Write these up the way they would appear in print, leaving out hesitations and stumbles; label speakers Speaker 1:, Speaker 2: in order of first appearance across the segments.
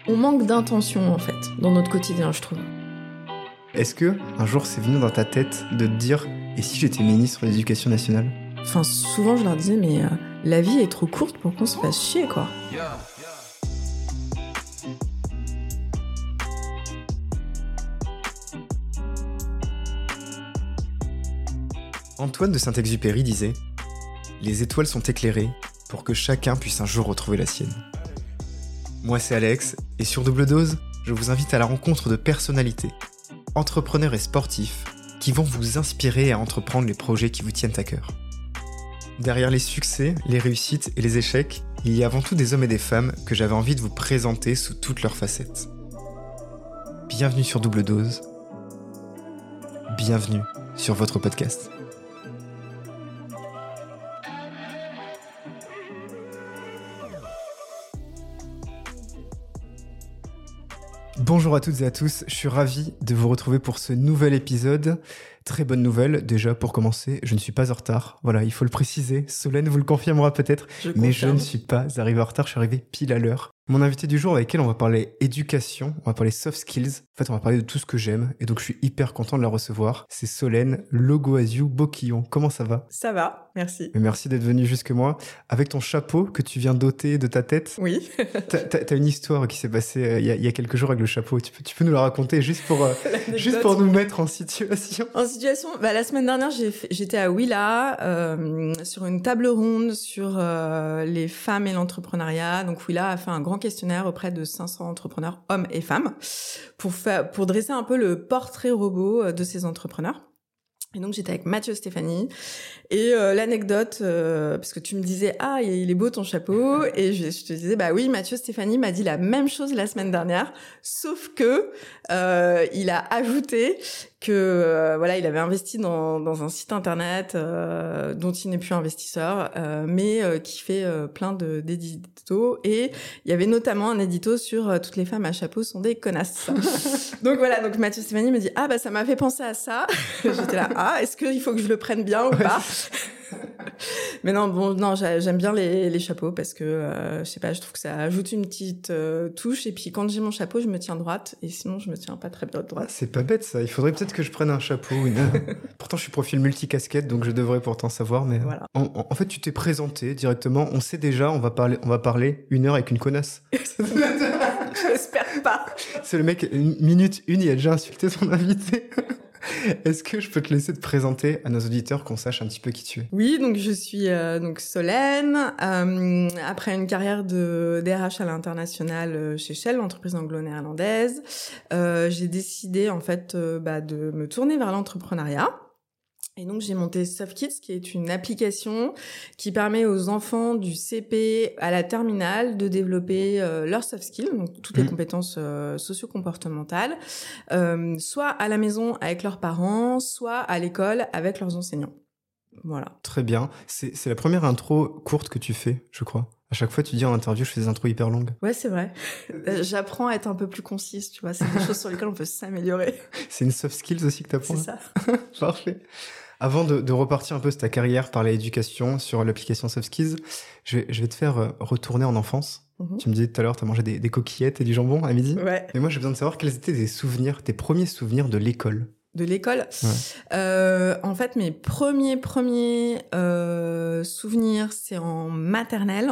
Speaker 1: On manque d'intention, en fait, dans notre quotidien, je trouve.
Speaker 2: Est-ce que un jour c'est venu dans ta tête de te dire « Et si j'étais ministre de l'Éducation nationale ?»
Speaker 1: Enfin, souvent je leur disais, mais la vie est trop courte pour qu'on se fasse chier, quoi.
Speaker 2: Antoine de Saint-Exupéry disait « Les étoiles sont éclairées pour que chacun puisse un jour retrouver la sienne. » Moi c'est Alex, et sur Double Dose, je vous invite à la rencontre de personnalités, entrepreneurs et sportifs, qui vont vous inspirer à entreprendre les projets qui vous tiennent à cœur. Derrière les succès, les réussites et les échecs, il y a avant tout des hommes et des femmes que j'avais envie de vous présenter sous toutes leurs facettes. Bienvenue sur Double Dose. Bienvenue sur votre podcast. Bonjour à toutes et à tous, je suis ravi de vous retrouver pour ce nouvel épisode. Très bonne nouvelle, déjà pour commencer, je ne suis pas en retard. Voilà, il faut le préciser. Solène vous le confirmera peut-être, mais je ne suis pas arrivé en retard, je suis arrivé pile à l'heure. Mon invité du jour avec lequel on va parler éducation, on va parler soft skills. En fait, on va parler de tout ce que j'aime et donc je suis hyper content de la recevoir. C'est Solène Logoasiou-Boquillon. Comment ça va ?
Speaker 1: Ça va, merci.
Speaker 2: Mais merci d'être venue jusque moi. Avec ton chapeau que tu viens d'ôter de ta tête.
Speaker 1: Oui.
Speaker 2: T'as une histoire qui s'est passée il y a quelques jours avec le chapeau. Tu peux nous la raconter juste pour nous mettre en situation.
Speaker 1: En situation, la semaine dernière, j'étais à Willa sur une table ronde sur les femmes et l'entrepreneuriat. Donc Willa a fait un grand questionnaire auprès de 500 entrepreneurs, hommes et femmes, pour dresser un peu le portrait robot de ces entrepreneurs. Et donc j'étais avec Mathieu Stéphanie et l'anecdote parce que tu me disais il est beau ton chapeau et je te disais oui, Mathieu Stéphanie m'a dit la même chose la semaine dernière, sauf que il a ajouté que il avait investi dans un site internet dont il n'est plus investisseur mais qui fait plein d'éditos, et il y avait notamment un édito sur toutes les femmes à chapeau sont des connasses. donc Mathieu Stéphanie me dit ça m'a fait penser à ça. J'étais là est-ce qu'il faut que je le prenne bien ou pas? Mais non, j'aime bien les chapeaux parce que je sais pas, je trouve que ça ajoute une petite touche, et puis quand j'ai mon chapeau, je me tiens droite, et sinon je me tiens pas très bien droite.
Speaker 2: C'est pas bête ça, il faudrait peut-être que je prenne un chapeau. Pourtant je suis profil multicasquette, donc je devrais pourtant savoir, mais
Speaker 1: voilà.
Speaker 2: En fait tu t'es présenté directement, on sait déjà, on va parler 1 heure avec une connasse.
Speaker 1: J'espère pas.
Speaker 2: C'est le mec, minute 1, il a déjà insulté son invité. Est-ce que je peux te laisser te présenter à nos auditeurs, qu'on sache un petit peu qui tu es ?
Speaker 1: Oui, donc je suis Solène. Après une carrière de DRH à l'international chez Shell, l'entreprise anglo-néerlandaise, j'ai décidé en fait de me tourner vers l'entrepreneuriat. Et donc j'ai monté Soft Kids, qui est une application qui permet aux enfants du CP à la terminale de développer leurs soft skills, donc toutes les compétences socio-comportementales, soit à la maison avec leurs parents, soit à l'école avec leurs enseignants. Voilà. Très
Speaker 2: bien. C'est la première intro courte que tu fais, je crois. À chaque fois, tu dis en interview, je fais des intros hyper longues.
Speaker 1: Ouais, c'est vrai. J'apprends à être un peu plus concise, tu vois. C'est des choses sur lesquelles on peut s'améliorer.
Speaker 2: C'est une soft skills aussi que t'apprends.
Speaker 1: C'est ça.
Speaker 2: Parfait. Avant de repartir un peu sur ta carrière par l'éducation, sur l'application Soft Skills, je vais te faire retourner en enfance. Mm-hmm. Tu me disais tout à l'heure, t'as mangé des coquillettes et du jambon à midi.
Speaker 1: Ouais.
Speaker 2: Mais moi, j'ai besoin de savoir quels étaient tes premiers souvenirs de l'école.
Speaker 1: De l'école. Ouais. En fait, mes premiers souvenirs, c'est en maternelle.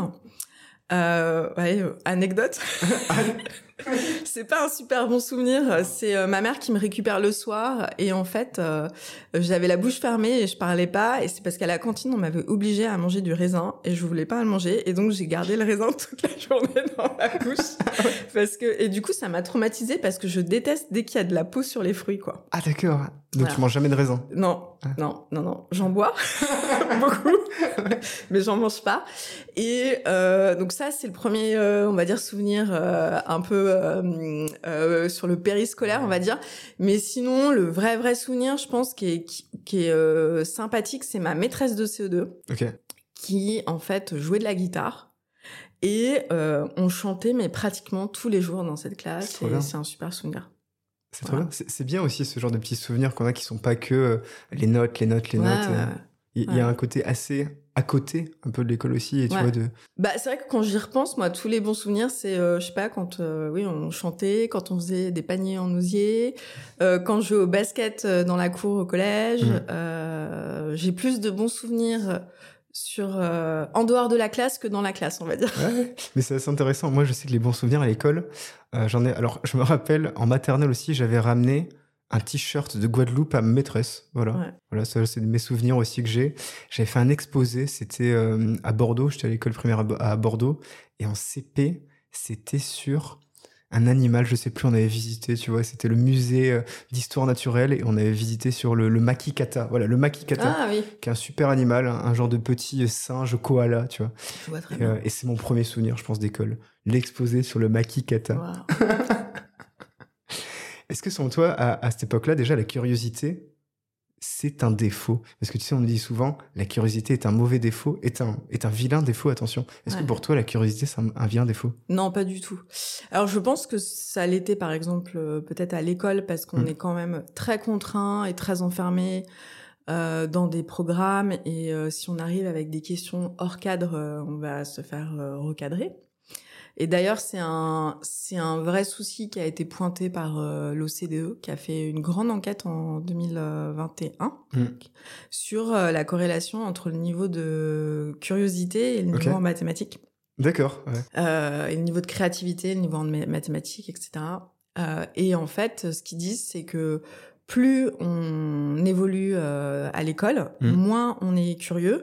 Speaker 1: Anecdote. C'est pas un super bon souvenir. C'est ma mère qui me récupère le soir, et en fait, j'avais la bouche fermée et je parlais pas. Et c'est parce qu'à la cantine, on m'avait obligée à manger du raisin et je voulais pas le manger. Et donc, j'ai gardé le raisin toute la journée dans la bouche. Et du coup, ça m'a traumatisée parce que je déteste dès qu'il y a de la peau sur les fruits, quoi.
Speaker 2: Ah, d'accord. Donc, voilà. Tu manges jamais de raisin?
Speaker 1: Non. J'en bois beaucoup, mais j'en mange pas. Et donc ça, c'est le premier, on va dire, souvenir un peu sur le périscolaire, on va dire. Mais sinon, le vrai souvenir, je pense, qui est sympathique, c'est ma maîtresse de CE2, qui en fait jouait de la guitare. Et on chantait, mais pratiquement tous les jours dans cette classe. Et c'est un super souvenir.
Speaker 2: C'est trop bien. C'est bien aussi ce genre de petits souvenirs qu'on a qui sont pas que les notes. Il y a un côté assez à côté, un peu de l'école aussi, et tu vois,
Speaker 1: Bah, c'est vrai que quand j'y repense, moi, tous les bons souvenirs, c'est, je sais pas, quand, on chantait, quand on faisait des paniers en osier, quand je jouais au basket dans la cour au collège. J'ai plus de bons souvenirs en dehors de la classe que dans la classe, on va dire.
Speaker 2: Ouais, mais c'est assez intéressant. Moi, je sais que les bons souvenirs à l'école, alors, je me rappelle, en maternelle aussi, j'avais ramené un t-shirt de Guadeloupe à ma maîtresse. Voilà. Voilà, ça, c'est mes souvenirs aussi que j'ai. J'avais fait un exposé, c'était à Bordeaux. J'étais à l'école primaire à Bordeaux. Et en CP, c'était sur un animal, je sais plus, on avait visité, tu vois, c'était le musée d'histoire naturelle et on avait visité sur le makikata. Voilà, le makikata, qui est un super animal, un genre de petit singe koala, tu vois.
Speaker 1: Je vois très bien.
Speaker 2: Et c'est mon premier souvenir, je pense, d'école. L'exposé sur le makikata.
Speaker 1: Wow.
Speaker 2: Est-ce que selon toi, à cette époque-là, déjà, la curiosité, c'est un défaut? Parce que tu sais, on nous dit souvent, la curiosité est un mauvais défaut, est un vilain défaut, attention. Est-ce que pour toi, la curiosité, c'est un vilain défaut?
Speaker 1: Non, pas du tout. Alors, je pense que ça l'était, par exemple, peut-être à l'école, parce qu'on est quand même très contraint et très enfermé dans des programmes. Et si on arrive avec des questions hors cadre, on va se faire recadrer. Et d'ailleurs, c'est un vrai souci qui a été pointé par l'OCDE, qui a fait une grande enquête en 2021 sur la corrélation entre le niveau de curiosité et le niveau en mathématiques.
Speaker 2: D'accord.
Speaker 1: Et le niveau de créativité, le niveau en mathématiques, etc. Et en fait, ce qu'ils disent, c'est que plus on évolue à l'école, moins on est curieux.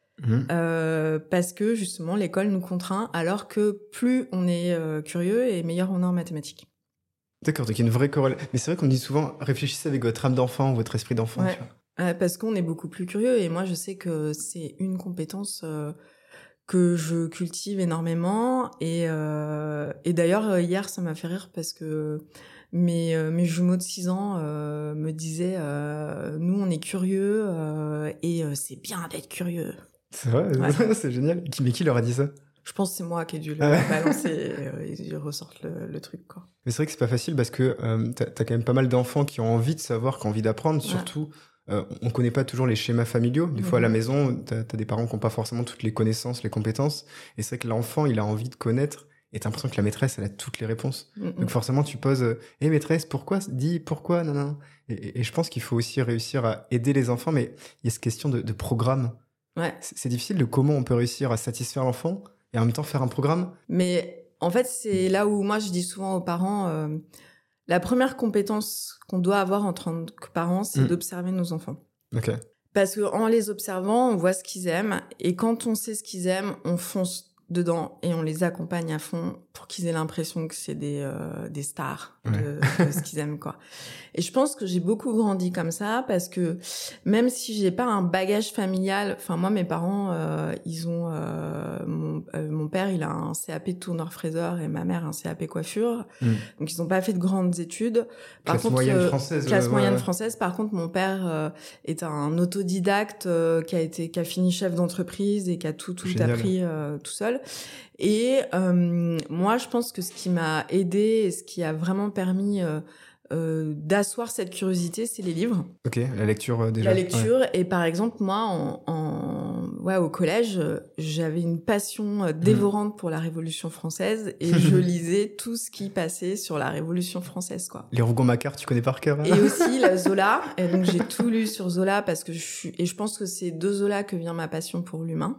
Speaker 1: Parce que justement l'école nous contraint, alors que plus on est curieux et meilleur on est en mathématiques.
Speaker 2: D'accord, donc il y a une vraie corrélation. Mais c'est vrai qu'on dit souvent, réfléchissez avec votre âme d'enfant ou votre esprit d'enfant. Tu
Speaker 1: vois. Parce qu'on est beaucoup plus curieux, et moi je sais que c'est une compétence que je cultive énormément, et d'ailleurs hier ça m'a fait rire parce que mes jumeaux de 6 ans me disaient nous on est curieux et c'est bien d'être curieux.
Speaker 2: C'est vrai, c'est génial. Mais qui leur a dit ça?
Speaker 1: Je pense que c'est moi qui ai dû le balancer. Ils ressortent le truc, quoi.
Speaker 2: Mais c'est vrai que c'est pas facile parce que t'as quand même pas mal d'enfants qui ont envie de savoir, qui ont envie d'apprendre. Surtout, on connaît pas toujours les schémas familiaux. Des fois, à la maison, t'as des parents qui ont pas forcément toutes les connaissances, les compétences. Et c'est vrai que l'enfant, il a envie de connaître. Et t'as l'impression que la maîtresse, elle a toutes les réponses. Donc forcément, tu poses « maîtresse, pourquoi ? Dis pourquoi ?» Non. Et je pense qu'il faut aussi réussir à aider les enfants. Mais il y a cette question de programme.
Speaker 1: Ouais.
Speaker 2: C'est difficile de comment on peut réussir à satisfaire l'enfant et en même temps faire un programme.
Speaker 1: Mais en fait, c'est là où moi je dis souvent aux parents, la première compétence qu'on doit avoir en tant que parents, c'est d'observer nos enfants.
Speaker 2: Okay.
Speaker 1: Parce qu'en les observant, on voit ce qu'ils aiment, et quand on sait ce qu'ils aiment, on fonce dedans et on les accompagne à fond pour qu'ils aient l'impression que c'est des stars de ce qu'ils aiment, quoi. Et je pense que j'ai beaucoup grandi comme ça, parce que même si j'ai pas un bagage familial, enfin moi mes parents ils ont mon père il a un CAP de tourneur-fraiseur et ma mère un CAP coiffure, donc ils ont pas fait de grandes études.
Speaker 2: Par contre, moyenne française.
Speaker 1: Classe moyenne française. Par contre, mon père est un autodidacte qui a fini chef d'entreprise et qui a tout appris tout seul. Et moi, je pense que ce qui m'a aidée et ce qui a vraiment permis d'asseoir cette curiosité, c'est les livres.
Speaker 2: Ok, la lecture déjà.
Speaker 1: La lecture, et par exemple, moi, au collège, j'avais une passion dévorante pour la Révolution française, et je lisais tout ce qui passait sur la Révolution française, quoi.
Speaker 2: Les Rougon-Macquart, tu connais par cœur, hein?
Speaker 1: Et aussi la Zola, et donc j'ai tout lu sur Zola, parce que je pense que c'est de Zola que vient ma passion pour l'humain.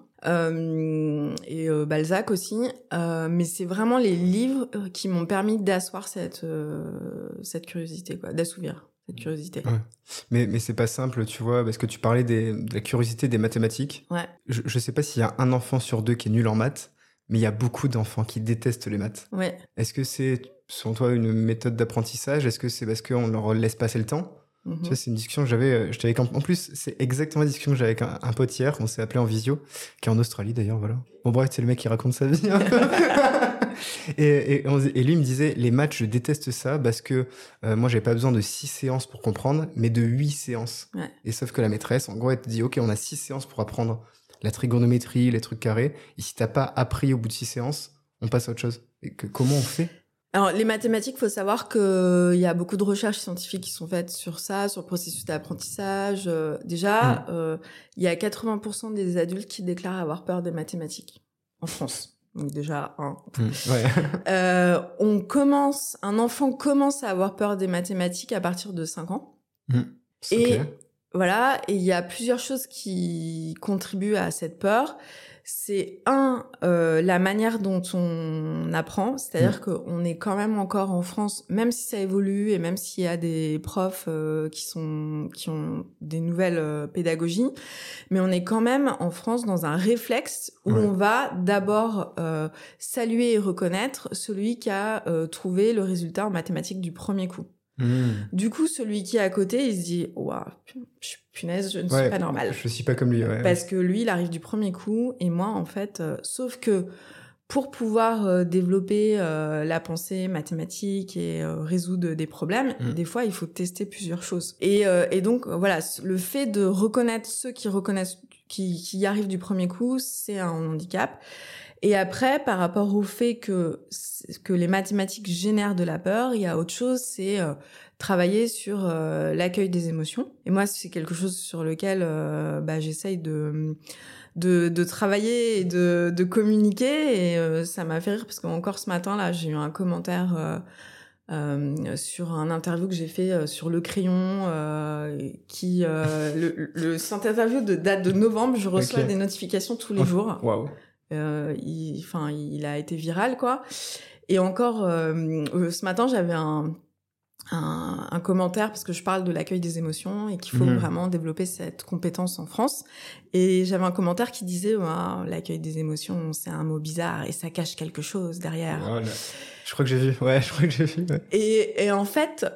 Speaker 1: Et Balzac aussi, mais c'est vraiment les livres qui m'ont permis d'asseoir cette curiosité, quoi, d'assouvir cette curiosité.
Speaker 2: Ouais. Mais c'est pas simple, tu vois, parce que tu parlais de la curiosité des mathématiques.
Speaker 1: Ouais.
Speaker 2: Je sais pas s'il y a un enfant sur 2 qui est nul en maths, mais il y a beaucoup d'enfants qui détestent les maths.
Speaker 1: Ouais.
Speaker 2: Est-ce que c'est, selon toi, une méthode d'apprentissage? Est-ce que c'est parce qu'on leur laisse passer le temps? Tu vois, c'est une discussion que j'avais en plus, c'est exactement la discussion que j'avais avec un pote hier, on s'est appelé en visio, qui est en Australie d'ailleurs, voilà. Bon bref, c'est le mec qui raconte sa vie. et lui il me disait, les maths, je déteste ça parce que moi j'avais pas besoin de 6 séances pour comprendre, mais de 8 séances.
Speaker 1: Ouais.
Speaker 2: Et sauf que la maîtresse, en gros, elle te dit, ok, on a 6 séances pour apprendre la trigonométrie, les trucs carrés, et si t'as pas appris au bout de 6 séances, on passe à autre chose. Et comment on fait?
Speaker 1: Alors, les mathématiques, faut savoir qu'il y a beaucoup de recherches scientifiques qui sont faites sur ça, sur le processus d'apprentissage. Déjà, il y a 80% des adultes qui déclarent avoir peur des mathématiques en France. Donc déjà, un enfant commence à avoir peur des mathématiques à partir de 5 ans. Et voilà, et il y a plusieurs choses qui contribuent à cette peur. C'est la manière dont on apprend, c'est-à-dire qu'on est quand même encore en France, même si ça évolue et même s'il y a des profs qui ont des nouvelles pédagogies, mais on est quand même en France dans un réflexe où on va d'abord saluer et reconnaître celui qui a trouvé le résultat en mathématiques du premier coup. Du coup, celui qui est à côté, il se dit « Waouh, punaise, je ne suis pas normal. »
Speaker 2: Je suis pas comme lui.
Speaker 1: Parce que lui, il arrive du premier coup, et moi, en fait, sauf que pour pouvoir développer la pensée mathématique et résoudre des problèmes, des fois, il faut tester plusieurs choses. Et donc, voilà, le fait de reconnaître ceux qui y arrivent du premier coup, c'est un handicap. Et après, par rapport au fait que les mathématiques génèrent de la peur, il y a autre chose, c'est travailler sur l'accueil des émotions. Et moi, c'est quelque chose sur lequel j'essaye de travailler et de communiquer. Et ça m'a fait rire parce qu'encore ce matin, là, j'ai eu un commentaire sur un interview que j'ai fait sur le crayon cette interview date de novembre. Je reçois des notifications tous les jours.
Speaker 2: Waouh.
Speaker 1: Il a été viral, quoi. Et encore ce matin, j'avais un commentaire parce que je parle de l'accueil des émotions et qu'il faut vraiment développer cette compétence en France. Et j'avais un commentaire qui disait l'accueil des émotions, c'est un mot bizarre et ça cache quelque chose derrière.
Speaker 2: Voilà. Je crois que j'ai vu. Ouais.
Speaker 1: Et en fait,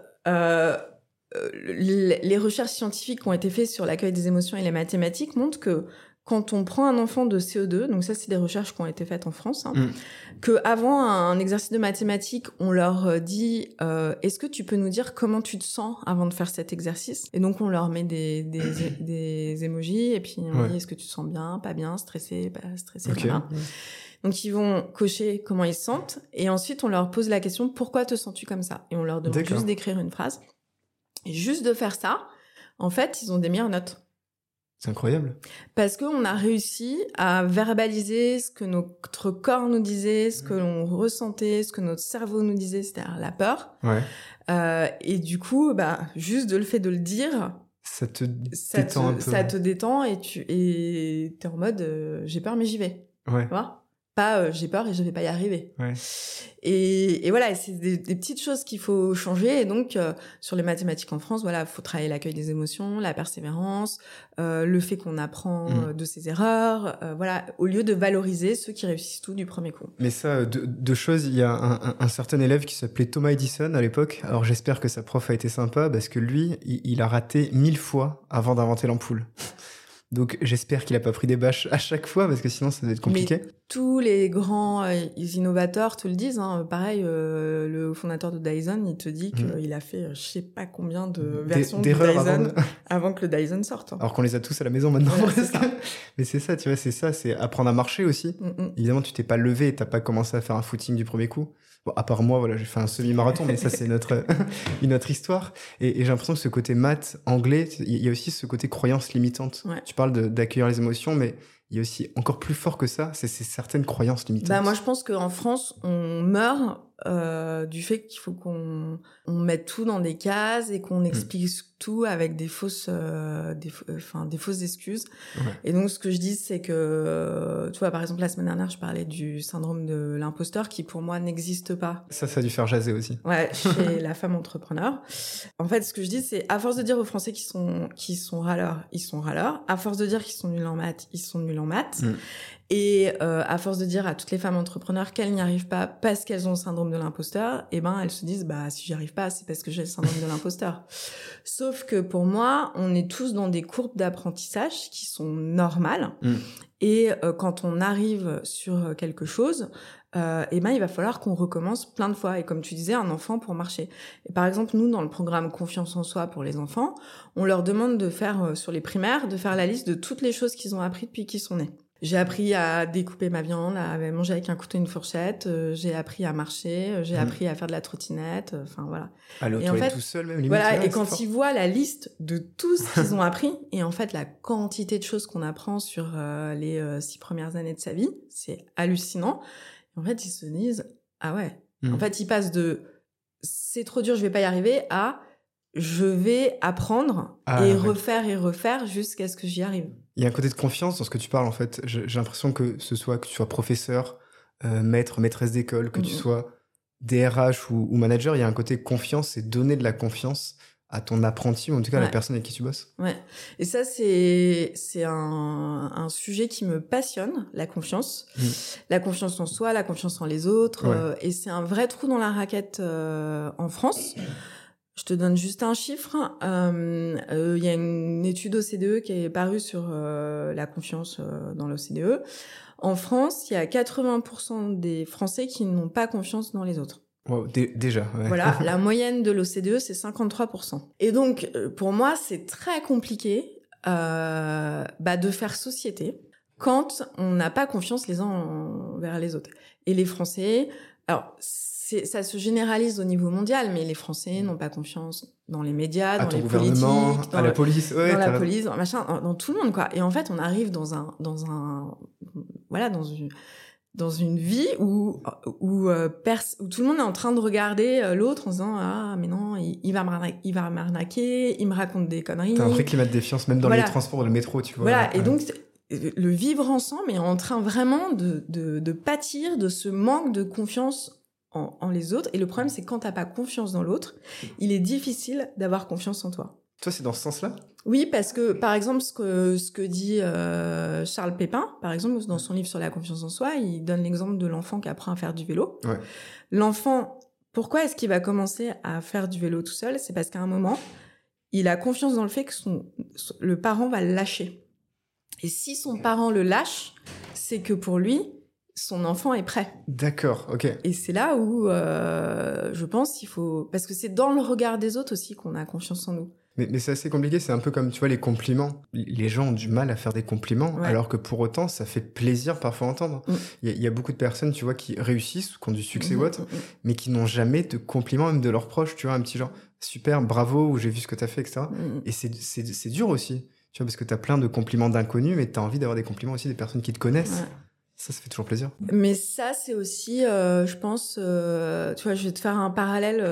Speaker 1: les recherches scientifiques qui ont été faites sur l'accueil des émotions et les mathématiques montrent que quand on prend un enfant de CE2, donc ça, c'est des recherches qui ont été faites en France, qu'avant un exercice de mathématiques, on leur dit est-ce que tu peux nous dire comment tu te sens avant de faire cet exercice ? Et donc, on leur met des emojis, et puis on dit est-ce que tu te sens bien, pas bien, stressé, pas stressé, voilà. Donc, ils vont cocher comment ils se sentent, et ensuite, on leur pose la question pourquoi te sens-tu comme ça ? Et on leur demande juste d'écrire une phrase. Et juste de faire ça, en fait, ils ont des meilleures notes.
Speaker 2: C'est incroyable.
Speaker 1: Parce qu'on a réussi à verbaliser ce que notre corps nous disait, ce que l'on ressentait, ce que notre cerveau nous disait, c'est-à-dire la peur. Et du coup, juste le fait de le dire,
Speaker 2: ça te détend un peu.
Speaker 1: Ça te détend et t'es en mode j'ai peur mais j'y vais. Tu vois ? Pas j'ai peur et je vais pas y arriver. Et voilà, c'est des petites choses qu'il faut changer. Et donc, sur les mathématiques en France, voilà, faut travailler l'accueil des émotions, la persévérance, le fait qu'on apprend de ses erreurs, voilà, au lieu de valoriser ceux qui réussissent tout du premier coup.
Speaker 2: Mais ça, deux choses, il y a un certain élève qui s'appelait Thomas Edison à l'époque. Alors j'espère que sa prof a été sympa parce que lui, il a raté 1000 fois avant d'inventer l'ampoule. Donc j'espère qu'il a pas pris des bâches à chaque fois parce que sinon ça doit être compliqué.
Speaker 1: Mais tous les grands innovateurs te le disent. Pareil, le fondateur de Dyson, il te dit qu'il a fait je sais pas combien de versions de Dyson avant que le Dyson sorte.
Speaker 2: Alors qu'on les a tous à la maison maintenant. Presque. Mais c'est ça, tu vois, c'est apprendre à marcher aussi. Évidemment, tu t'es pas levé et t'as pas commencé à faire un footing du premier coup. Bon, à part moi, voilà, j'ai fait un semi-marathon, mais ça, c'est une autre histoire. Et j'ai l'impression que ce côté maths, anglais, il y a aussi ce côté croyance limitante. Tu parles d'accueillir les émotions, mais il y a aussi encore plus fort que ça, c'est certaines croyances limitantes.
Speaker 1: Moi, je pense qu'en France, on meurt du fait qu'il faut qu'on mette tout dans des cases et qu'on explique tout avec des fausses excuses. Et donc, ce que je dis, c'est que, tu vois, par exemple, la semaine dernière, je parlais du syndrome de l'imposteur qui, pour moi, n'existe pas.
Speaker 2: Ça a dû faire jaser aussi.
Speaker 1: Ouais, chez la femme entrepreneur. En fait, ce que je dis, c'est à force de dire aux Français qui sont râleurs, ils sont râleurs. À force de dire qu'ils sont nuls en maths, ils sont nuls en maths. Et à force de dire à toutes les femmes entrepreneurs qu'elles n'y arrivent pas parce qu'elles ont le syndrome de l'imposteur, elles se disent si j'y arrive pas, c'est parce que j'ai le syndrome de l'imposteur. Sauf que pour moi, on est tous dans des courbes d'apprentissage qui sont normales. Et quand on arrive sur quelque chose, il va falloir qu'on recommence plein de fois. Et comme tu disais, un enfant pour marcher. Et par exemple, nous, dans le programme Confiance en soi pour les enfants, on leur demande de faire, sur les primaires, de faire la liste de toutes les choses qu'ils ont appris depuis qu'ils sont nés. J'ai appris à découper ma viande, à manger avec un couteau et une fourchette. J'ai appris à marcher. J'ai appris à faire de la trottinette. Enfin, voilà.
Speaker 2: Aller aux toilettes tout seul, même, limite.
Speaker 1: Voilà, et quand ils voient la liste de tout ce qu'ils ont appris, et en fait, la quantité de choses qu'on apprend sur les 6 premières années de sa vie, c'est hallucinant. En fait, ils se disent, ah ouais. En fait, ils passent de c'est trop dur, je vais pas y arriver, à je vais apprendre et refaire jusqu'à ce que j'y arrive.
Speaker 2: Il y a un côté de confiance dans ce que tu parles, en fait. J'ai l'impression que tu sois professeur, maîtresse d'école, que tu sois DRH ou manager, il y a un côté confiance, c'est donner de la confiance à ton apprenti, ou en tout cas à la personne avec qui tu bosses.
Speaker 1: Ouais. Et ça, c'est un sujet qui me passionne, la confiance. La confiance en soi, la confiance en les autres. Et c'est un vrai trou dans la raquette en France. Je te donne juste un chiffre. Il y a une étude OCDE qui est parue sur la confiance dans l'OCDE. En France, il y a 80% des Français qui n'ont pas confiance dans les autres.
Speaker 2: Wow, déjà. Ouais.
Speaker 1: Voilà, la moyenne de l'OCDE, c'est 53%. Et donc, pour moi, c'est très compliqué de faire société quand on n'a pas confiance les uns envers les autres. Et les Français... Alors, ça se généralise au niveau mondial, mais les Français n'ont pas confiance dans les médias, dans les politiques,
Speaker 2: à la police,
Speaker 1: dans la police, dans tout le monde, quoi. Et en fait, on arrive dans une vie où tout le monde est en train de regarder l'autre en disant ah mais non, il va m'arnaquer, il me raconte des conneries.
Speaker 2: T'as un vrai climat de défiance même dans les transports, le métro, tu vois.
Speaker 1: Voilà, et donc le vivre ensemble est en train vraiment de pâtir de ce manque de confiance en les autres. Et le problème, c'est que quand t'as pas confiance dans l'autre, il est difficile d'avoir confiance en toi.
Speaker 2: Toi, c'est dans ce sens-là ?
Speaker 1: Oui, parce que, par exemple, ce que dit Charles Pépin, par exemple, dans son livre sur la confiance en soi, il donne l'exemple de l'enfant qui apprend à faire du vélo.
Speaker 2: Ouais.
Speaker 1: L'enfant, pourquoi est-ce qu'il va commencer à faire du vélo tout seul ? C'est parce qu'à un moment, il a confiance dans le fait que le parent va le lâcher. Et si son parent le lâche, c'est que pour lui, son enfant est prêt.
Speaker 2: D'accord, ok.
Speaker 1: Et c'est là où je pense qu'il faut... Parce que c'est dans le regard des autres aussi qu'on a confiance en nous.
Speaker 2: Mais c'est assez compliqué, c'est un peu comme, tu vois, les compliments. Les gens ont du mal à faire des compliments, alors que pour autant, ça fait plaisir parfois à entendre. Il y a beaucoup de personnes, tu vois, qui réussissent, qui ont du succès ou autre, mais qui n'ont jamais de compliments, même de leurs proches, tu vois, un petit genre « super, bravo » ou « j'ai vu ce que t'as fait », etc. Et c'est dur aussi, tu vois, parce que t'as plein de compliments d'inconnus, mais t'as envie d'avoir des compliments aussi des personnes qui te connaissent. Ouais. Ça fait toujours plaisir.
Speaker 1: Mais ça, c'est aussi, je pense, tu vois, je vais te faire un parallèle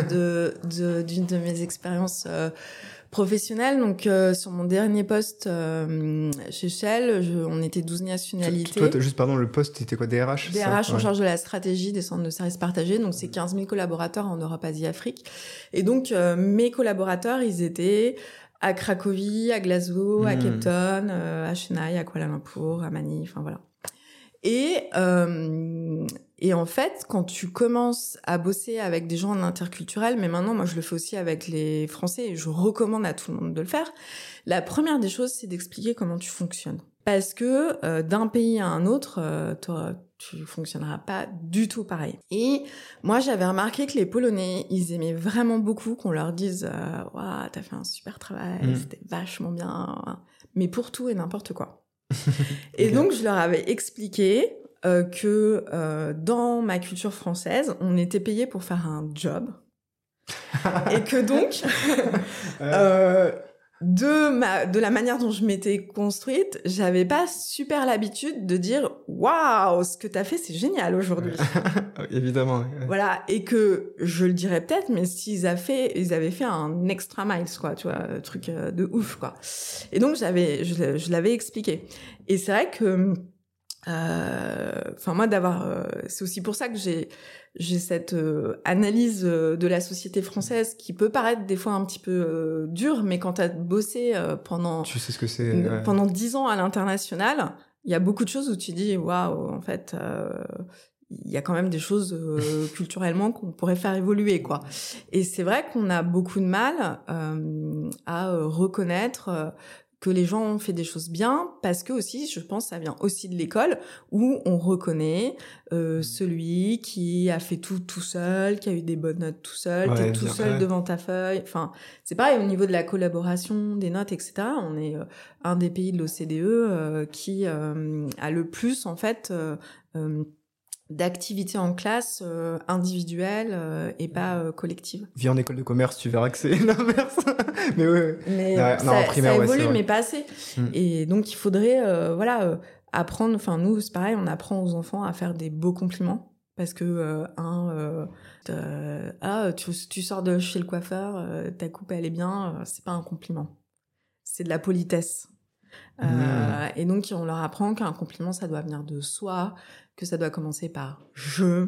Speaker 1: d'une de mes expériences professionnelles. Donc, sur mon dernier poste chez Shell, on était 12 nationalités.
Speaker 2: Toi, juste, pardon, le poste, c'était quoi, DRH ?
Speaker 1: DRH en charge de la stratégie des centres de services partagés. Donc, c'est 15 000 collaborateurs en Europe, Asie, Afrique. Et donc, mes collaborateurs, ils étaient à Cracovie, à Glasgow, à Cape Town, à Chennai, à Kuala Lumpur, à Manille, enfin voilà. Et en fait, quand tu commences à bosser avec des gens en interculturel, mais maintenant, moi, je le fais aussi avec les Français et je recommande à tout le monde de le faire. La première des choses, c'est d'expliquer comment tu fonctionnes. Parce que d'un pays à un autre, tu fonctionneras pas du tout pareil. Et moi, j'avais remarqué que les Polonais, ils aimaient vraiment beaucoup qu'on leur dise « Waouh, t'as fait un super travail, c'était vachement bien. » Mais pour tout et n'importe quoi. Et donc, je leur avais expliqué que dans ma culture française, on était payé pour faire un job. Et que donc, de la manière dont je m'étais construite, j'avais pas super l'habitude de dire « Waouh, ce que t'as fait, c'est génial aujourd'hui. »
Speaker 2: Évidemment. Ouais.
Speaker 1: Voilà, et que je le dirais peut-être, mais ils avaient fait un extra miles, quoi, tu vois, un truc de ouf, quoi. Et donc, je l'avais expliqué. Et c'est vrai que, moi, c'est aussi pour ça que j'ai cette analyse de la société française qui peut paraître des fois un petit peu dure, mais quand t'as bossé pendant...
Speaker 2: Tu sais ce que c'est.
Speaker 1: Pendant 10 ans à l'international, il y a beaucoup de choses où tu dis, waouh, en fait... il y a quand même des choses culturellement qu'on pourrait faire évoluer, quoi. Et c'est vrai qu'on a beaucoup de mal à reconnaître que les gens ont fait des choses bien, parce que aussi, je pense, ça vient aussi de l'école, où on reconnaît celui qui a fait tout seul, qui a eu des bonnes notes tout seul, t'es tout seul devant ta feuille. Enfin, c'est pareil au niveau de la collaboration, des notes, etc. On est un des pays de l'OCDE qui a le plus, en fait, d'activités en classe individuelles et pas collectives.
Speaker 2: Viens en école de commerce, tu verras que c'est l'inverse. Mais ouais.
Speaker 1: Mais
Speaker 2: en primaire,
Speaker 1: ça évolue, mais pas assez. Et donc, il faudrait apprendre... Enfin, nous, c'est pareil, on apprend aux enfants à faire des beaux compliments. Parce que, tu sors de chez le coiffeur, ta coupe, elle est bien, c'est pas un compliment. C'est de la politesse. Et donc, on leur apprend qu'un compliment, ça doit venir de soi, que ça doit commencer par je,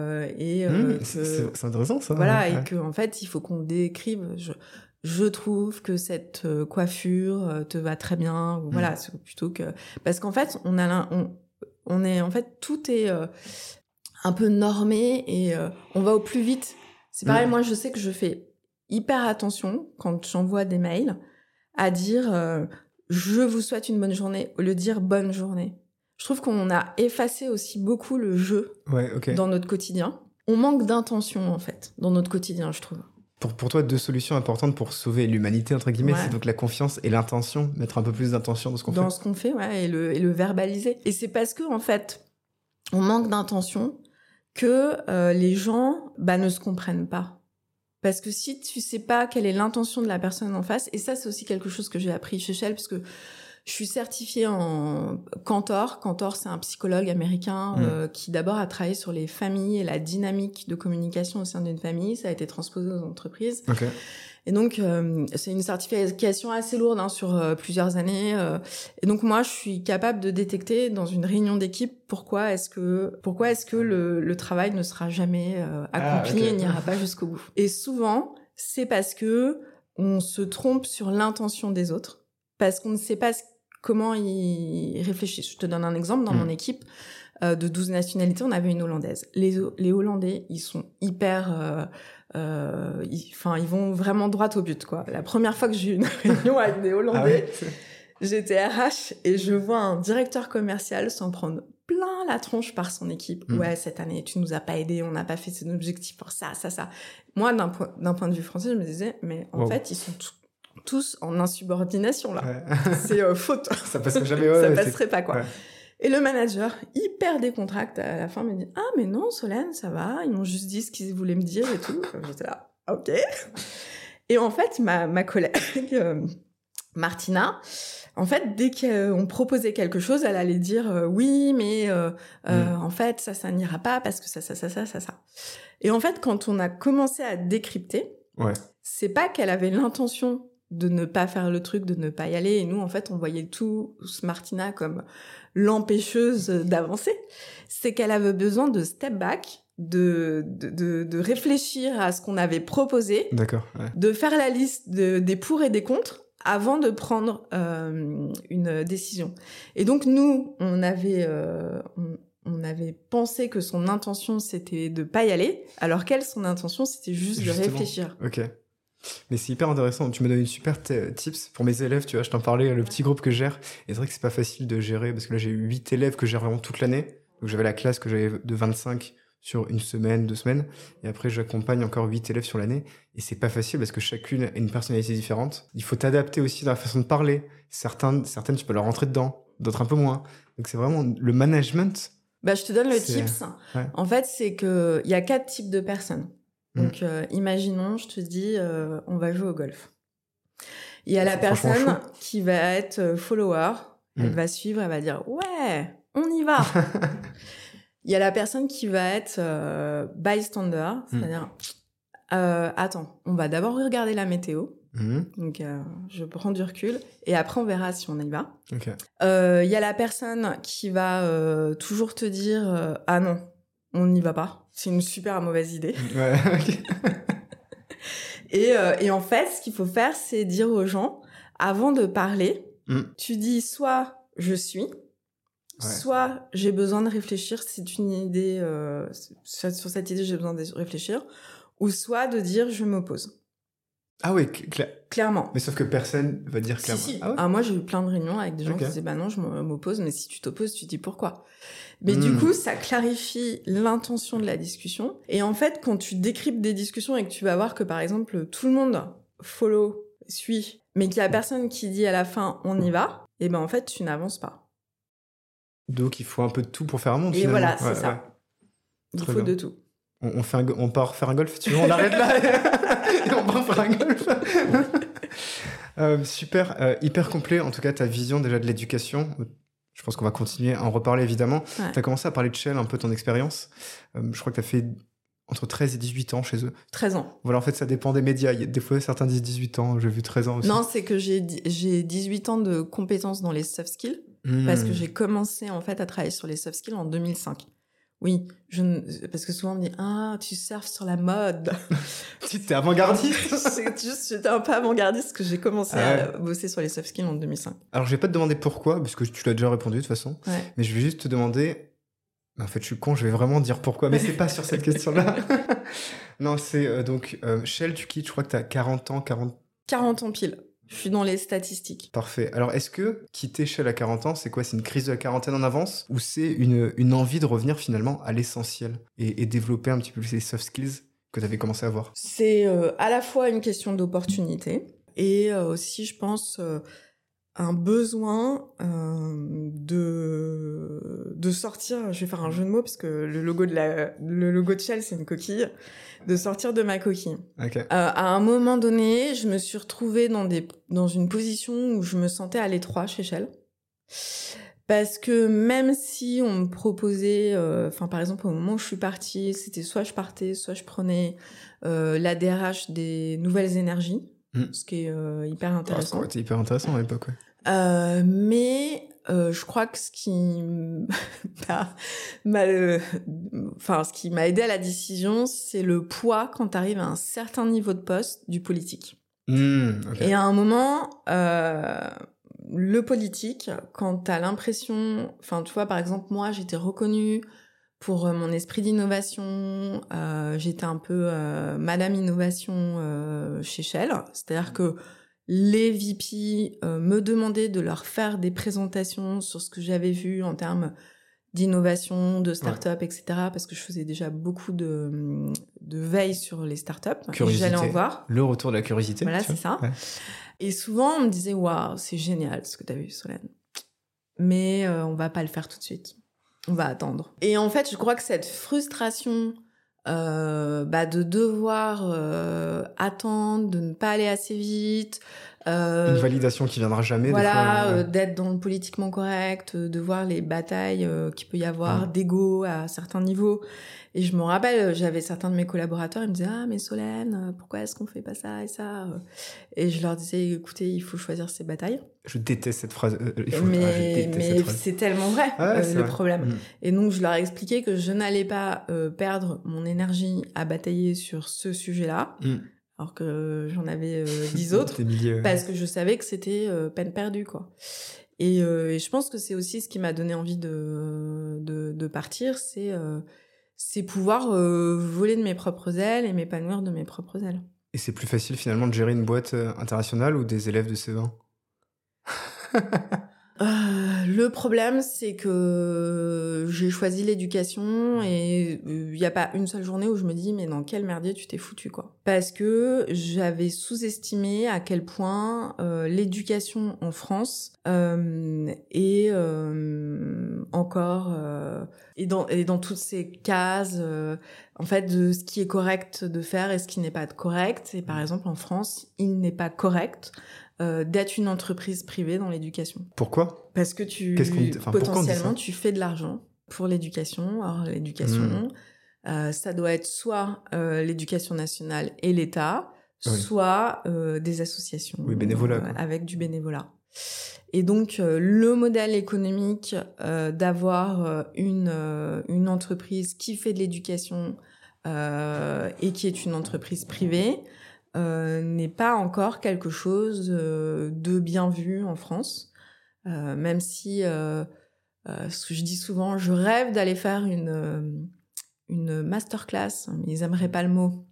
Speaker 2: c'est intéressant, ça.
Speaker 1: Voilà, et que en fait, il faut qu'on décrive. Je trouve que cette coiffure te va très bien. Voilà, c'est plutôt que parce qu'en fait, on est en fait tout est un peu normé et on va au plus vite. C'est pareil, moi, je sais que je fais hyper attention quand j'envoie des mails à dire je vous souhaite une bonne journée au lieu de dire bonne journée. Je trouve qu'on a effacé aussi beaucoup le jeu dans notre quotidien. On manque d'intention, en fait, dans notre quotidien, je trouve.
Speaker 2: Pour toi, 2 solutions importantes pour sauver l'humanité, entre guillemets, c'est donc la confiance et l'intention, mettre un peu plus d'intention dans ce qu'on fait.
Speaker 1: Dans ce qu'on fait, ouais, et le verbaliser. Et c'est parce que, en fait, on manque d'intention que les gens ne se comprennent pas. Parce que si tu sais pas quelle est l'intention de la personne en face, et ça, c'est aussi quelque chose que j'ai appris chez Shell, parce que je suis certifiée en Cantor. Cantor, c'est un psychologue américain qui d'abord a travaillé sur les familles et la dynamique de communication au sein d'une famille. Ça a été transposé aux entreprises.
Speaker 2: Okay.
Speaker 1: Et donc, c'est une certification assez lourde sur plusieurs années. Et donc, moi, je suis capable de détecter dans une réunion d'équipe pourquoi est-ce que le travail ne sera jamais accompli et n'ira pas jusqu'au bout. Et souvent, c'est parce que on se trompe sur l'intention des autres, parce qu'on ne sait pas comment ils réfléchissent. Je te donne un exemple. Dans mon équipe de 12 nationalités, on avait une Hollandaise. Les Hollandais, ils sont hyper... ils vont vraiment droit au but, quoi. La première fois que j'ai eu une réunion avec des Hollandais, j'étais RH et je vois un directeur commercial s'en prendre plein la tronche par son équipe. Ouais, cette année, tu nous as pas aidés, on n'a pas fait ses objectifs pour ça. Moi, d'un point de vue français, je me disais, mais en fait, ils sont tous en insubordination, là. C'est faute.
Speaker 2: Ça passerait jamais,
Speaker 1: ça passerait pas, quoi. Ouais. Et le manager, hyper décontracté, à la fin, me dit « Ah, mais non, Solène, ça va, ils m'ont juste dit ce qu'ils voulaient me dire et tout. » J'étais là, « Ok. » Et en fait, ma collègue, Martina, en fait, dès qu'on proposait quelque chose, elle allait dire « Oui, mais en fait, ça n'ira pas parce que ça. » Et en fait, quand on a commencé à décrypter, c'est pas qu'elle avait l'intention de ne pas faire le truc, de ne pas y aller. Et nous, en fait, on voyait tout Martina comme l'empêcheuse d'avancer. C'est qu'elle avait besoin de step back, de réfléchir à ce qu'on avait proposé, de faire la liste des pour et des contre avant de prendre une décision. Et donc, nous, on avait pensé que son intention, c'était de pas y aller, alors qu'elle, son intention, c'était juste de réfléchir.
Speaker 2: Ok. Mais c'est hyper intéressant. Tu me donnes une super tips pour mes élèves, tu vois, je t'en parlais, le petit groupe que je gère. Et c'est vrai que c'est pas facile de gérer, parce que là, j'ai 8 élèves que je gère vraiment toute l'année. Donc, j'avais la classe que j'avais de 25 sur une semaine, 2 semaines. Et après, j'accompagne encore 8 élèves sur l'année. Et c'est pas facile parce que chacune a une personnalité différente. Il faut t'adapter aussi dans la façon de parler. Certaines, tu peux leur rentrer dedans, d'autres un peu moins. Donc, c'est vraiment le management.
Speaker 1: Je te donne le tips. Ouais. En fait, c'est que il y a 4 types de personnes. Donc, imaginons, je te dis, on va jouer au golf. Il y a la personne qui va être follower. Elle va suivre, elle va dire, ouais, on y va. Il y a la personne qui va être bystander, c'est-à-dire, attends, on va d'abord regarder la météo. Donc, je prends du recul et après, on verra si on y va. Il y a la personne qui va toujours te dire, ah non, on n'y va pas. C'est une super mauvaise idée.
Speaker 2: Ouais, ok.
Speaker 1: Et en fait, ce qu'il faut faire, c'est dire aux gens, avant de parler, tu dis soit je suis, soit j'ai besoin de réfléchir, c'est une idée, sur cette idée, j'ai besoin de réfléchir, ou soit de dire je m'oppose.
Speaker 2: Ah oui,
Speaker 1: Clairement.
Speaker 2: mais sauf que personne va dire clairement.
Speaker 1: Si.
Speaker 2: Ah ouais.
Speaker 1: Moi, j'ai eu plein de réunions avec des gens qui disaient, non, je m'oppose, mais si tu t'opposes, tu dis pourquoi. Mais du coup, ça clarifie l'intention de la discussion. Et en fait, quand tu décryptes des discussions et que tu vas voir que, par exemple, tout le monde suit, mais qu'il y a personne qui dit à la fin, on y va, et ben en fait, tu n'avances pas.
Speaker 2: Donc, il faut un peu de tout pour faire un monde,
Speaker 1: et
Speaker 2: finalement.
Speaker 1: Voilà, c'est ça. Ouais. Il faut de tout.
Speaker 2: On part faire un golf, tu veux, on arrête là et on part faire un golf. Super, hyper complet, en tout cas, ta vision déjà de l'éducation. Je pense qu'on va continuer à en reparler, évidemment. Ouais. Tu as commencé à parler de Shell, un peu ton expérience. Je crois que tu as fait entre 13 et 18 ans chez eux.
Speaker 1: 13 ans.
Speaker 2: Voilà, en fait, ça dépend des médias. Il y a des fois, certains disent 18 ans, j'ai vu 13 ans aussi.
Speaker 1: Non, c'est que j'ai 18 ans de compétences dans les soft skills, parce que j'ai commencé, en fait, à travailler sur les soft skills en 2005. Oui, parce que souvent on me dit « Ah, tu surfes sur la mode !»
Speaker 2: Tu t'es avant-gardiste.
Speaker 1: J'étais un peu avant-gardiste, parce que j'ai commencé à bosser sur les soft skills en 2005.
Speaker 2: Alors, je vais pas te demander pourquoi, parce que tu l'as déjà répondu de toute façon, mais je vais juste te demander... En fait, je suis con, je vais vraiment dire pourquoi, mais c'est pas sur cette question-là. Non, c'est donc Shell, tu quittes, je crois que t'as 40 ans.
Speaker 1: 40 ans pile. Je suis dans les statistiques.
Speaker 2: Parfait. Alors, est-ce que quitter Shell à 40 ans, c'est quoi? C'est une crise de la quarantaine en avance? Ou c'est une envie de revenir finalement à l'essentiel et développer un petit peu ces soft skills que tu avais commencé à avoir? C'est
Speaker 1: à la fois une question d'opportunité et aussi, je pense, un besoin de sortir. Je vais faire un jeu de mots parce que le logo de Shell, c'est une coquille. De sortir de ma coquille.
Speaker 2: Okay.
Speaker 1: À un moment donné, je me suis retrouvée dans une position où je me sentais à l'étroit chez Shell. Parce que même si on me proposait, par exemple, au moment où je suis partie, c'était soit je partais, soit je prenais la DRH des nouvelles énergies, ce qui est hyper intéressant.
Speaker 2: C'était hyper intéressant à l'époque, ouais.
Speaker 1: Mais je crois que ce qui m'a aidé à la décision, c'est le poids quand tu arrives à un certain niveau de poste du politique.
Speaker 2: Okay.
Speaker 1: Et à un moment, le politique, quand t'as l'impression... tu vois, par exemple, moi, j'étais reconnue pour mon esprit d'innovation. J'étais un peu Madame Innovation chez Shell. C'est-à-dire que les VP me demandaient de leur faire des présentations sur ce que j'avais vu en termes d'innovation, de start-up, etc. Parce que je faisais déjà beaucoup de veille sur les start-up.
Speaker 2: Curiosité.
Speaker 1: J'allais en voir.
Speaker 2: Le retour de la curiosité.
Speaker 1: Voilà, c'est ça. Ouais. Et souvent, on me disait « Waouh, c'est génial ce que tu as vu, Solène. Mais on va pas le faire tout de suite. On va attendre. » Et en fait, je crois que cette frustration de devoir attendre, de ne pas aller assez vite...
Speaker 2: une validation qui viendra jamais.
Speaker 1: Voilà,
Speaker 2: des fois,
Speaker 1: d'être dans le politiquement correct, de voir les batailles qu'il peut y avoir d'ego à certains niveaux. Et je me rappelle, j'avais certains de mes collaborateurs, ils me disaient « Ah, mais Solène, pourquoi est-ce qu'on fait pas ça et ça ?» Et je leur disais « Écoutez, il faut choisir ses batailles. »
Speaker 2: Je déteste cette phrase.
Speaker 1: Mais c'est tellement vrai, le problème. Et donc, je leur ai expliqué que je n'allais pas perdre mon énergie à batailler sur ce sujet-là, alors que j'en avais 10 autres, parce que je savais que c'était peine perdue, quoi. Et je pense que c'est aussi ce qui m'a donné envie de partir, c'est pouvoir voler de mes propres ailes et m'épanouir de mes propres ailes.
Speaker 2: Et c'est plus facile finalement de gérer une boîte internationale ou des élèves de CE1?
Speaker 1: Le problème, c'est que j'ai choisi l'éducation et il n'y a pas une seule journée où je me dis mais dans quel merdier tu t'es foutu, quoi. Parce que j'avais sous-estimé à quel point l'éducation en France est encore et dans toutes ces cases en fait de ce qui est correct de faire et ce qui n'est pas correct. Et par exemple en France, il n'est pas correct d'être une entreprise privée dans l'éducation.
Speaker 2: Pourquoi?
Speaker 1: Parce que potentiellement tu fais de l'argent pour l'éducation. Alors l'éducation, ça doit être soit l'éducation nationale et l'État, soit des associations
Speaker 2: bénévolat,
Speaker 1: avec du bénévolat. Et donc le modèle économique d'avoir une entreprise qui fait de l'éducation et qui est une entreprise privée n'est pas encore quelque chose de bien vu en France, même si ce que je dis souvent, je rêve d'aller faire une masterclass, mais ils aimeraient pas le mot,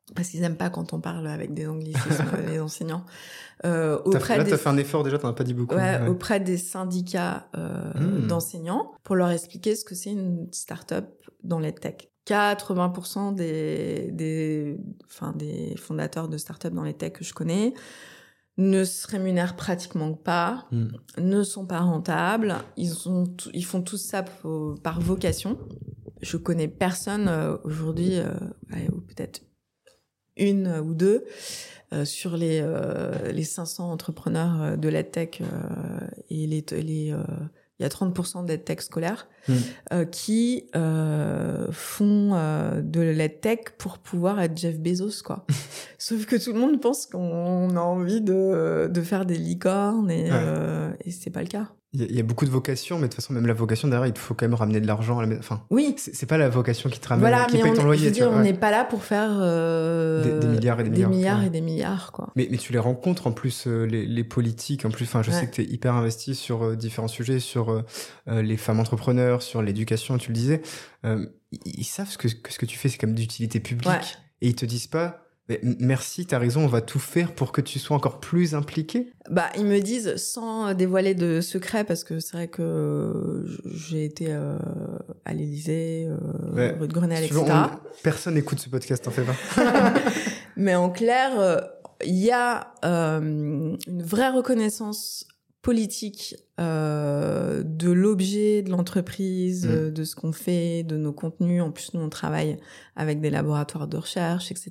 Speaker 1: parce qu'ils aiment pas quand on parle avec des anglicismes, les enseignants.
Speaker 2: T'as fait un effort déjà, t'en as pas dit beaucoup.
Speaker 1: Ouais. Auprès des syndicats d'enseignants pour leur expliquer ce que c'est une start-up dans l'EdTech. 80% des fondateurs de start-up dans l'EdTech que je connais ne se rémunèrent pratiquement pas, ne sont pas rentables, ils font tout ça par vocation. Je connais personne aujourd'hui, ou peut-être une ou deux, sur les 500 entrepreneurs de l'EdTech et il y a 30% d'EdTech scolaires qui font de l'EdTech pour pouvoir être Jeff Bezos, quoi. Sauf que tout le monde pense qu'on a envie de faire des licornes et c'est pas le cas.
Speaker 2: Il y a beaucoup de vocations, mais de toute façon, même la vocation, derrière, il faut quand même ramener de l'argent.
Speaker 1: Oui.
Speaker 2: C'est pas la vocation qui te ramène,
Speaker 1: voilà,
Speaker 2: qui paye ton loyer.
Speaker 1: On n'est pas là pour faire
Speaker 2: des milliards et des milliards.
Speaker 1: Et des milliards, quoi.
Speaker 2: Mais tu les rencontres, en plus, les politiques. En plus, je sais que tu es hyper investi sur différents sujets, sur les femmes entrepreneurs, sur l'éducation, tu le disais. Ils savent ce que tu fais, c'est comme d'utilité publique. Ouais. Et ils te disent pas... Mais merci, t'as raison, on va tout faire pour que tu sois encore plus impliqué.
Speaker 1: Ils me disent, sans dévoiler de secrets, parce que c'est vrai que j'ai été à l'Élysée, rue de Grenelle, etc.
Speaker 2: Personne n'écoute ce podcast, t'en fais pas.
Speaker 1: Mais en clair, il y a une vraie reconnaissance politique de l'objet de l'entreprise, de ce qu'on fait, de nos contenus. En plus, nous, on travaille avec des laboratoires de recherche, etc.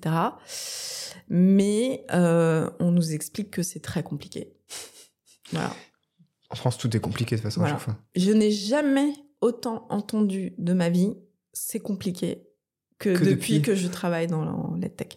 Speaker 1: Mais on nous explique que c'est très compliqué. Voilà.
Speaker 2: En France, tout est compliqué de toute façon à chaque fois.
Speaker 1: Je n'ai jamais autant entendu de ma vie, c'est compliqué, que depuis que je travaille dans l'EdTech.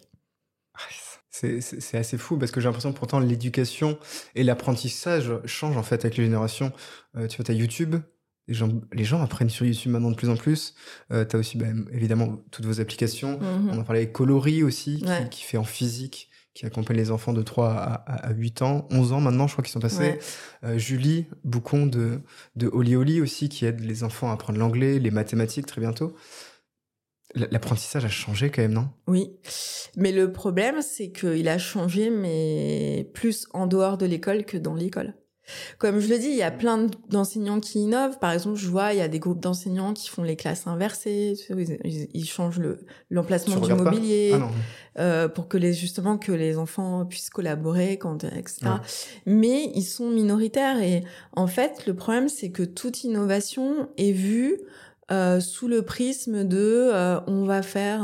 Speaker 2: C'est assez fou parce que j'ai l'impression que pourtant l'éducation et l'apprentissage changent en fait avec les générations. Tu vois, t'as YouTube, les gens apprennent sur YouTube maintenant de plus en plus. T'as aussi évidemment toutes vos applications. On en parlait avec Coloris aussi, qui fait en physique, qui accompagne les enfants de 3 à 8 ans, 11 ans maintenant je crois qu'ils sont passés. Julie Boucon de Oli Oli aussi, qui aide les enfants à apprendre l'anglais, les mathématiques très bientôt. L'apprentissage a changé quand même, non ?
Speaker 1: Oui, mais le problème, c'est qu'il a changé, mais plus en dehors de l'école que dans l'école. Comme je le dis, il y a plein d'enseignants qui innovent. Par exemple, je vois, il y a des groupes d'enseignants qui font les classes inversées. Ils changent l'emplacement du mobilier pour que les enfants puissent collaborer, etc. Ouais. Mais ils sont minoritaires. Et en fait, le problème, c'est que toute innovation est vue sous le prisme de on va faire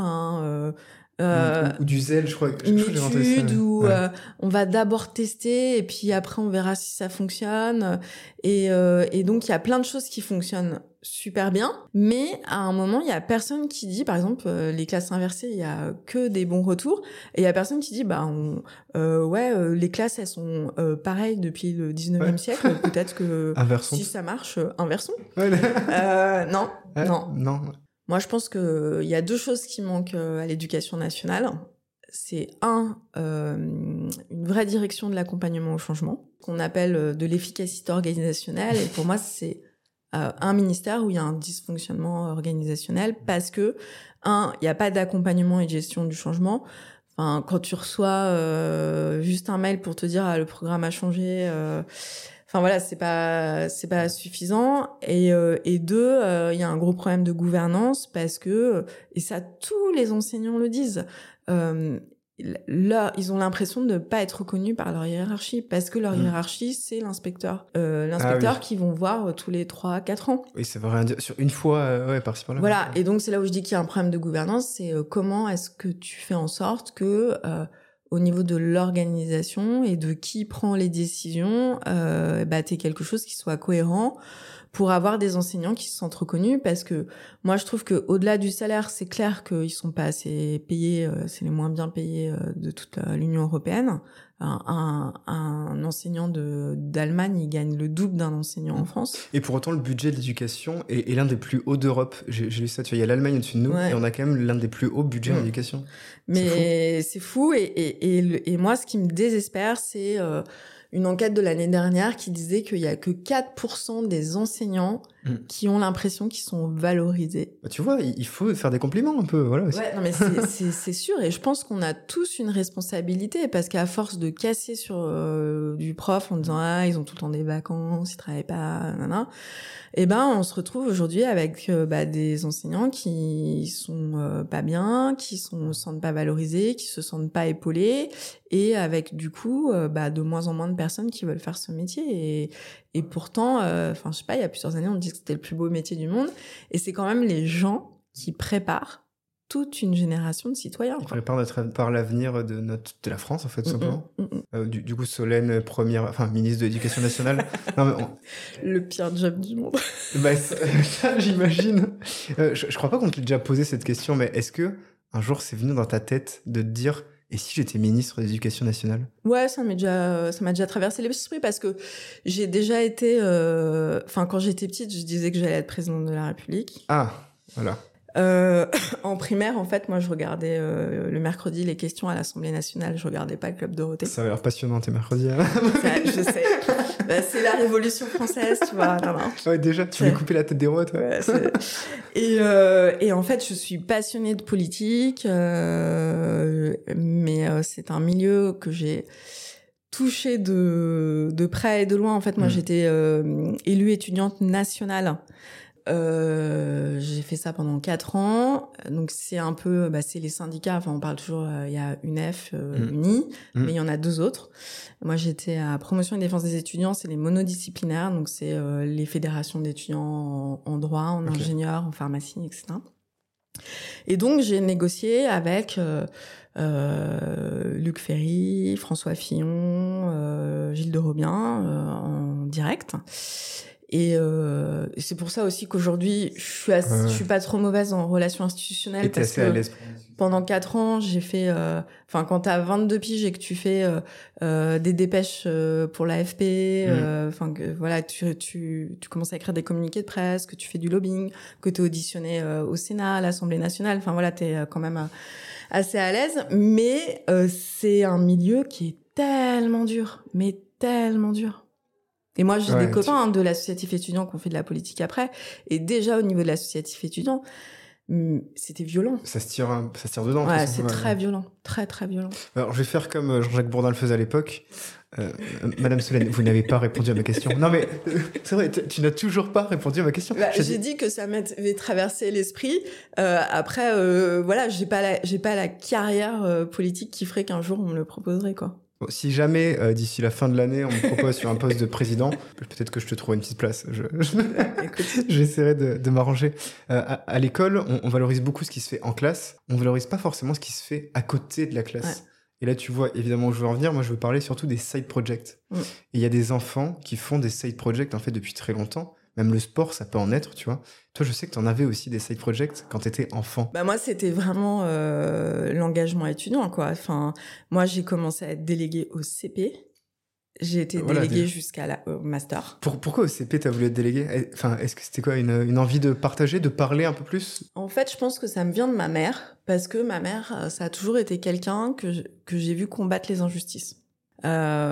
Speaker 2: ou du zèle, je crois.
Speaker 1: Une étude où on va d'abord tester et puis après on verra si ça fonctionne. Et donc il y a plein de choses qui fonctionnent super bien, mais à un moment il y a personne qui dit, par exemple les classes inversées, il y a que des bons retours, et il y a personne qui dit les classes elles sont pareilles depuis le 19e siècle, peut-être que si ça marche, inversons. Non. Moi, je pense que il y a deux choses qui manquent à l'éducation nationale. C'est une vraie direction de l'accompagnement au changement, qu'on appelle de l'efficacité organisationnelle. Et pour moi, c'est un ministère où il y a un dysfonctionnement organisationnel parce que, il n'y a pas d'accompagnement et de gestion du changement. Enfin, quand tu reçois juste un mail pour te dire le programme a changé... Enfin voilà, c'est pas suffisant. Et deux, il y a un gros problème de gouvernance parce que, et ça tous les enseignants le disent, là ils ont l'impression de ne pas être reconnus par leur hiérarchie parce que leur hiérarchie c'est l'inspecteur qu'ils vont voir tous les 3-4 ans.
Speaker 2: Oui, ça veut rien dire. Sur une fois, par-ci par-là.
Speaker 1: Voilà, et donc c'est là où je dis qu'il y a un problème de gouvernance, c'est comment est-ce que tu fais en sorte que au niveau de l'organisation et de qui prend les décisions, t'aies quelque chose qui soit cohérent pour avoir des enseignants qui se sentent reconnus, parce que moi je trouve que au-delà du salaire, c'est clair qu'ils sont pas assez payés, c'est les moins bien payés de toute l'Union européenne. Un enseignant d'Allemagne, il gagne le double d'un enseignant en France.
Speaker 2: Et pour autant, le budget de l'éducation est l'un des plus hauts d'Europe. J'ai lu ça, tu vois, il y a l'Allemagne au-dessus de nous, et on a quand même l'un des plus hauts budgets en éducation.
Speaker 1: Mais c'est fou, et moi, ce qui me désespère, c'est une enquête de l'année dernière qui disait qu'il y a que 4% des enseignants qui ont l'impression qu'ils sont valorisés.
Speaker 2: Tu vois, il faut faire des compliments un peu, voilà. Aussi.
Speaker 1: Ouais, non mais c'est sûr, et je pense qu'on a tous une responsabilité, parce qu'à force de casser sur du prof en disant ils ont tout le temps des vacances, ils travaillent pas, nanana, et on se retrouve aujourd'hui avec des enseignants qui sont pas bien, qui se sentent pas valorisés, qui se sentent pas épaulés, et avec du coup de moins en moins de personnes qui veulent faire ce métier. Et pourtant, je sais pas, il y a plusieurs années, on dit que c'était le plus beau métier du monde, et c'est quand même les gens qui préparent toute une génération de citoyens.
Speaker 2: Qui préparent l'avenir de la France, en fait, tout simplement. Du coup, Solène, ministre de l'Éducation nationale. Non, mais
Speaker 1: le pire job du monde.
Speaker 2: Ça, j'imagine. Je crois pas qu'on te l'ait déjà posé cette question, mais est-ce que un jour c'est venu dans ta tête de te dire et si j'étais ministre de l'Éducation nationale?
Speaker 1: Ouais, ça m'a déjà traversé l'esprit, parce que j'ai déjà été... quand j'étais petite, je disais que j'allais être présidente de la République.
Speaker 2: Ah, voilà.
Speaker 1: En primaire, en fait, moi, je regardais le mercredi les questions à l'Assemblée nationale. Je regardais pas le Club Dorothée.
Speaker 2: Ça a l'air passionnant, tes mercredis. Hein.
Speaker 1: Je sais. C'est la Révolution française, tu vois. Non.
Speaker 2: Ouais, déjà, tu veux couper la tête des rois, toi.
Speaker 1: Ouais, et en fait, je suis passionnée de politique, mais c'est un milieu que j'ai touché de près et de loin. En fait, moi, j'étais élue étudiante nationale. J'ai fait ça pendant 4 ans. Donc c'est un peu, c'est les syndicats. Enfin, on parle toujours, il y a UNEF, UNI, mais il y en a 2 autres. Moi, j'étais à Promotion et Défense des étudiants. C'est les monodisciplinaires. Donc c'est les fédérations d'étudiants en droit, en ingénieur, en pharmacie, etc. Et donc j'ai négocié avec Luc Ferry, François Fillon, Gilles de Robien en direct. Et c'est pour ça aussi qu'aujourd'hui, je suis pas trop mauvaise en relations institutionnelles.
Speaker 2: Et t'es assez à l'aise.
Speaker 1: Pendant 4 ans, j'ai fait... quand t'as 22 piges et que tu fais des dépêches pour l'AFP, tu commences à écrire des communiqués de presse, que tu fais du lobbying, que t'es auditionné au Sénat, à l'Assemblée nationale. Enfin voilà, t'es quand même assez à l'aise. Mais c'est un milieu qui est tellement dur, mais tellement dur. Et moi, j'ai des copains de l'associatif étudiant qui ont fait de la politique après. Et déjà, au niveau de l'associatif étudiant, c'était violent.
Speaker 2: Ça se tire dedans.
Speaker 1: Ouais, c'est très violent. Très, très violent.
Speaker 2: Alors, je vais faire comme Jean-Jacques Bourdin le faisait à l'époque. Madame Solène, vous n'avez pas répondu à ma question. Non, mais c'est vrai, tu n'as toujours pas répondu à ma question.
Speaker 1: J'ai dit que ça m'avait traversé l'esprit. Après, j'ai pas la carrière politique qui ferait qu'un jour on me le proposerait, quoi.
Speaker 2: Bon, si jamais, d'ici la fin de l'année, on me propose sur un poste de président, peut-être que je te trouverai une petite place. J'essaierai de m'arranger. À l'école, on valorise beaucoup ce qui se fait en classe. On valorise pas forcément ce qui se fait à côté de la classe. Ouais. Et là, tu vois, évidemment, où je veux en venir. Moi, je veux parler surtout des side projects. Et il y a des enfants qui font des side projects, en fait, depuis très longtemps. Même le sport, ça peut en être, tu vois. Toi, je sais que tu en avais aussi des side projects quand tu étais enfant.
Speaker 1: Moi, c'était vraiment l'engagement étudiant, quoi. Enfin, moi, j'ai commencé à être déléguée au CP. J'ai été déléguée jusqu'à au master.
Speaker 2: Pourquoi au CP, tu as voulu être déléguée ? Enfin, est-ce que c'était quoi, une envie de partager, de parler un peu plus ?
Speaker 1: En fait, je pense que ça me vient de ma mère, parce que ma mère, ça a toujours été quelqu'un que j'ai vu combattre les injustices. Il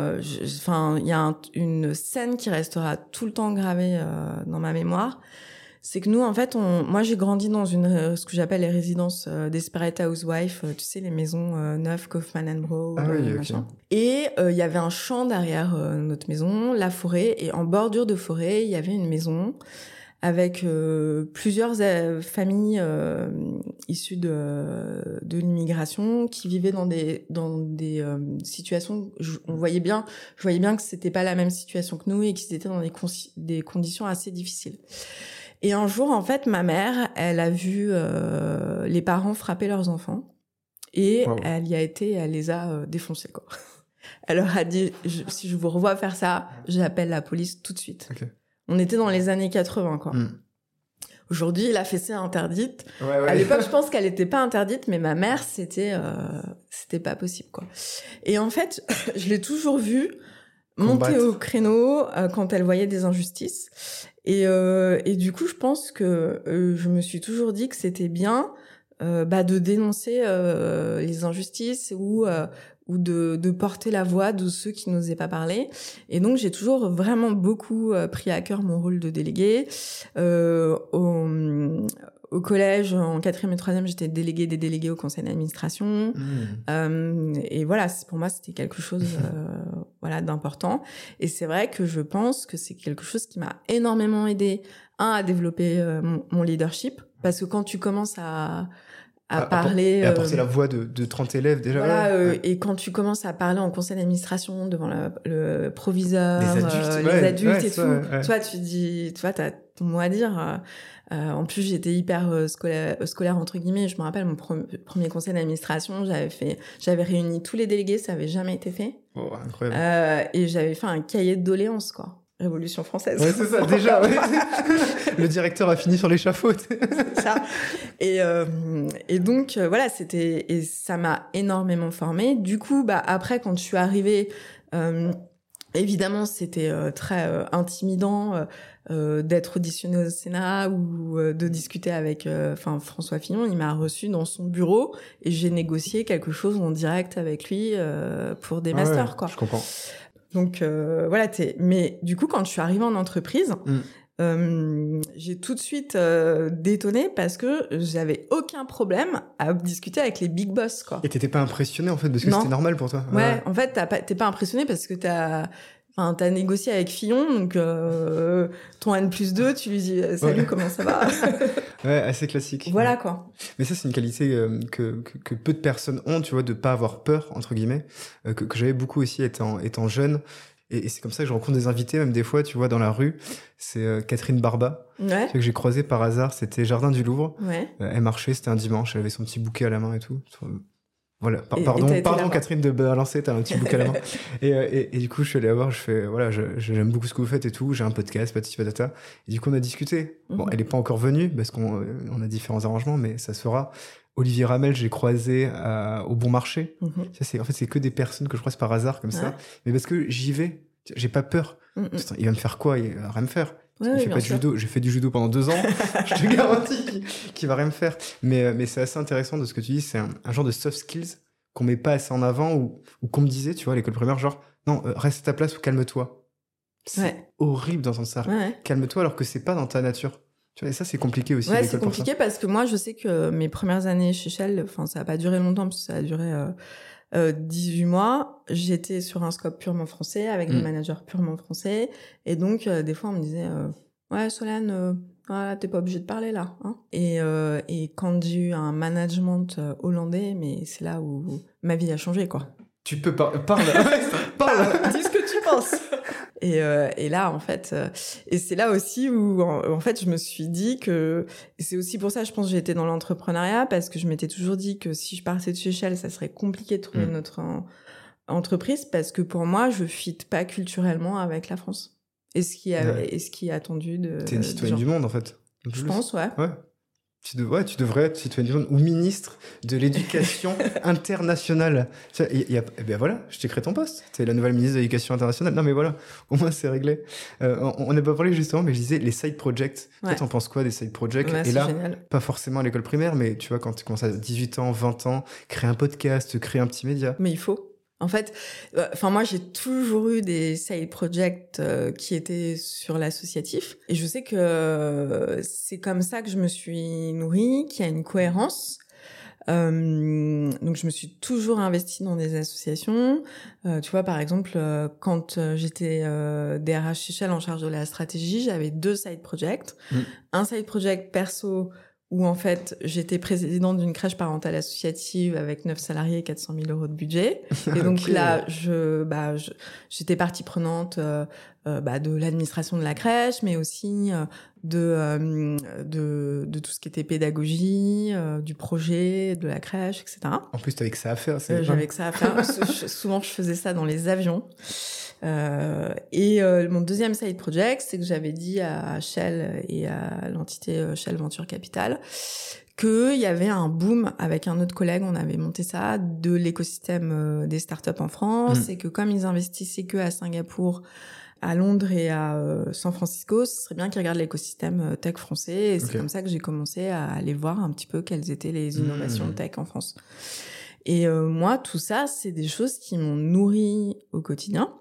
Speaker 1: y a une scène qui restera tout le temps gravée dans ma mémoire. C'est que nous, en fait, moi, j'ai grandi dans ce que j'appelle les résidences Desperate Housewives, tu sais, les maisons neuves, Kaufman & Bro, machin. Et il y avait un champ derrière notre maison, la forêt, et en bordure de forêt, il y avait une maison avec plusieurs familles issues de l'immigration qui vivaient dans des situations. Je voyais bien que c'était pas la même situation que nous et qu'ils étaient dans des conditions assez difficiles. Et un jour, en fait, ma mère, elle a vu les parents frapper leurs enfants et elle y a été, elle les a défoncés, quoi. Elle leur a dit, si je vous revois faire ça, j'appelle la police tout de suite. Okay. On était dans les années 80, quoi. Aujourd'hui, la fessée est interdite. À l'époque, je pense qu'elle était pas interdite, mais ma mère, c'était pas possible, quoi. Et en fait, je l'ai toujours vue monter au créneau quand elle voyait des injustices. Et du coup, je pense que je me suis toujours dit que c'était bien de dénoncer les injustices ou de porter la voix de ceux qui n'osaient pas parler. Et donc, j'ai toujours vraiment beaucoup pris à cœur mon rôle de déléguée. Au collège, en 4e et 3e, j'étais déléguée des délégués au conseil d'administration. Et voilà, pour moi, c'était quelque chose d'important. Et c'est vrai que je pense que c'est quelque chose qui m'a énormément aidée, à développer mon leadership. Parce que quand tu commences à parler...
Speaker 2: Et à porter la voix de 30 élèves, déjà.
Speaker 1: Voilà, et quand tu commences à parler en conseil d'administration devant le proviseur,
Speaker 2: les
Speaker 1: adultes et tout, toi, tu dis... Tu vois, t'as ton mot à dire. En plus, j'étais hyper scolaire, entre guillemets. Je me rappelle, mon premier conseil d'administration, j'avais réuni tous les délégués, ça avait jamais été fait.
Speaker 2: Oh, incroyable.
Speaker 1: Et j'avais fait un cahier de doléances, quoi. Révolution française.
Speaker 2: Ouais, c'est ça, déjà, ouais. Le directeur a fini sur l'échafaud.
Speaker 1: C'est ça. Et donc, voilà, et ça m'a énormément formée. Du coup, après, quand je suis arrivée, évidemment, c'était très intimidant d'être auditionnée au Sénat ou de discuter avec François Fillon. Il m'a reçue dans son bureau et j'ai négocié quelque chose en direct avec lui pour des masters, quoi.
Speaker 2: Je comprends.
Speaker 1: Donc voilà, mais du coup, quand je suis arrivée en entreprise, j'ai tout de suite détonné parce que j'avais aucun problème à discuter avec les big boss, quoi.
Speaker 2: Et t'étais pas impressionnée, en fait, parce que c'était normal pour toi?
Speaker 1: Ouais, en fait, t'es pas impressionnée parce que t'as négocié avec Fillon, donc ton N+2, tu lui dis « Salut, comment ça va ?»
Speaker 2: Ouais, assez classique.
Speaker 1: Voilà, quoi.
Speaker 2: Mais ça, c'est une qualité que peu de personnes ont, tu vois, de pas avoir peur, entre guillemets, que j'avais beaucoup aussi étant jeune. Et c'est comme ça que je rencontre des invités, même des fois, tu vois, dans la rue. C'est Catherine Barba, que j'ai croisée par hasard. C'était Jardin du Louvre. Ouais. Elle marchait, c'était un dimanche. Elle avait son petit bouquet à la main et tout. Voilà, pardon Catherine de balancer, t'as un petit bouquet à la main. Et du coup, je suis allé la voir, je fais, voilà, j'aime beaucoup ce que vous faites et tout, j'ai un podcast, patati patata. Et du coup, on a discuté. Bon, elle est pas encore venue, parce qu'on a différents arrangements, mais ça se fera. Olivier Ramel, j'ai croisé au Bon Marché. Ça, c'est que des personnes que je croise par hasard, comme ça. Mais parce que j'y vais, j'ai pas peur. Il va me faire quoi? Il va rien me faire. Il fait pas de judo. J'ai fait du judo pendant 2 ans. Je te garantis qu'il va rien me faire. Mais c'est assez intéressant de ce que tu dis. C'est un genre de soft skills qu'on met pas assez en avant ou qu'on me disait, tu vois, à l'école primaire, genre, non, reste à ta place ou calme-toi. C'est horrible d'entendre ça. Calme-toi alors que c'est pas dans ta nature. Tu vois, et ça, c'est compliqué aussi.
Speaker 1: Ouais, c'est compliqué parce que moi, je sais que mes premières années chez Shell, ça a pas duré longtemps parce que ça a duré 18 mois. J'étais sur un scope purement français avec des managers purement français. Et donc, des fois, on me disait, ouais, Solane, t'es pas obligée de parler là. Hein. Et quand j'ai eu un management hollandais, mais c'est là où ma vie a changé, quoi.
Speaker 2: Tu peux parle. Parle.
Speaker 1: Dis ce que tu penses. Et là, en fait, et c'est là aussi où, en fait, je me suis dit que, et c'est aussi pour ça, je pense, que j'ai été dans l'entrepreneuriat, parce que je m'étais toujours dit que si je partais de chez Shell, ça serait compliqué de trouver notre entreprise, parce que pour moi, je fit pas culturellement avec la France. Et ce qui est attendu de...
Speaker 2: T'es une citoyenne du monde, en fait.
Speaker 1: Je pense, ouais.
Speaker 2: Tu devrais être citoyenne du monde ou ministre de l'éducation internationale. Et ben voilà, je t'ai créé ton poste. T'es la nouvelle ministre de l'éducation internationale. Non mais voilà, au moins c'est réglé. On n'a pas parlé justement, mais je disais les side projects. Toi, t'en penses quoi des side projects? Et là, génial. Pas forcément à l'école primaire, mais tu vois, quand tu commences à 18 ans, 20 ans, créer un podcast, créer un petit média.
Speaker 1: Mais il faut. En fait, moi, j'ai toujours eu des side projects qui étaient sur l'associatif. Et je sais que c'est comme ça que je me suis nourrie, qu'il y a une cohérence. Donc, je me suis toujours investie dans des associations. Tu vois, par exemple, quand j'étais DRH chez Shell en charge de la stratégie, j'avais 2 side projects. Un side project perso où en fait j'étais présidente d'une crèche parentale associative avec 9 salariés et 400 000 euros de budget. Et donc là, j'étais partie prenante de l'administration de la crèche, mais aussi de tout ce qui était pédagogie, du projet, de la crèche, etc.
Speaker 2: En plus, t'avais que ça à faire.
Speaker 1: J'avais que ça à faire. Souvent, je faisais ça dans les avions. Mon deuxième side project, c'est que j'avais dit à Shell et à l'entité Shell Venture Capital qu'il y avait un boom avec un autre collègue, on avait monté ça, de l'écosystème des startups en France, et que comme ils investissaient que à Singapour, à Londres et à San Francisco, ce serait bien qu'ils regardent l'écosystème tech français. Et c'est comme ça que j'ai commencé à aller voir un petit peu quelles étaient les innovations tech en France. Et moi, tout ça, c'est des choses qui m'ont nourri au quotidien.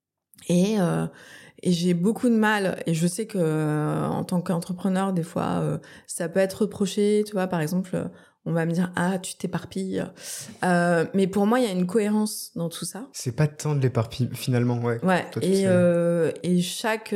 Speaker 1: Et j'ai beaucoup de mal, et je sais que en tant qu'entrepreneur, des fois, ça peut être reproché, tu vois, par exemple, on va me dire « Ah, tu t'éparpilles ». Mais pour moi, il y a une cohérence dans tout ça.
Speaker 2: C'est pas tant de l'éparpillement, finalement, ouais.
Speaker 1: Ouais, toi, et chaque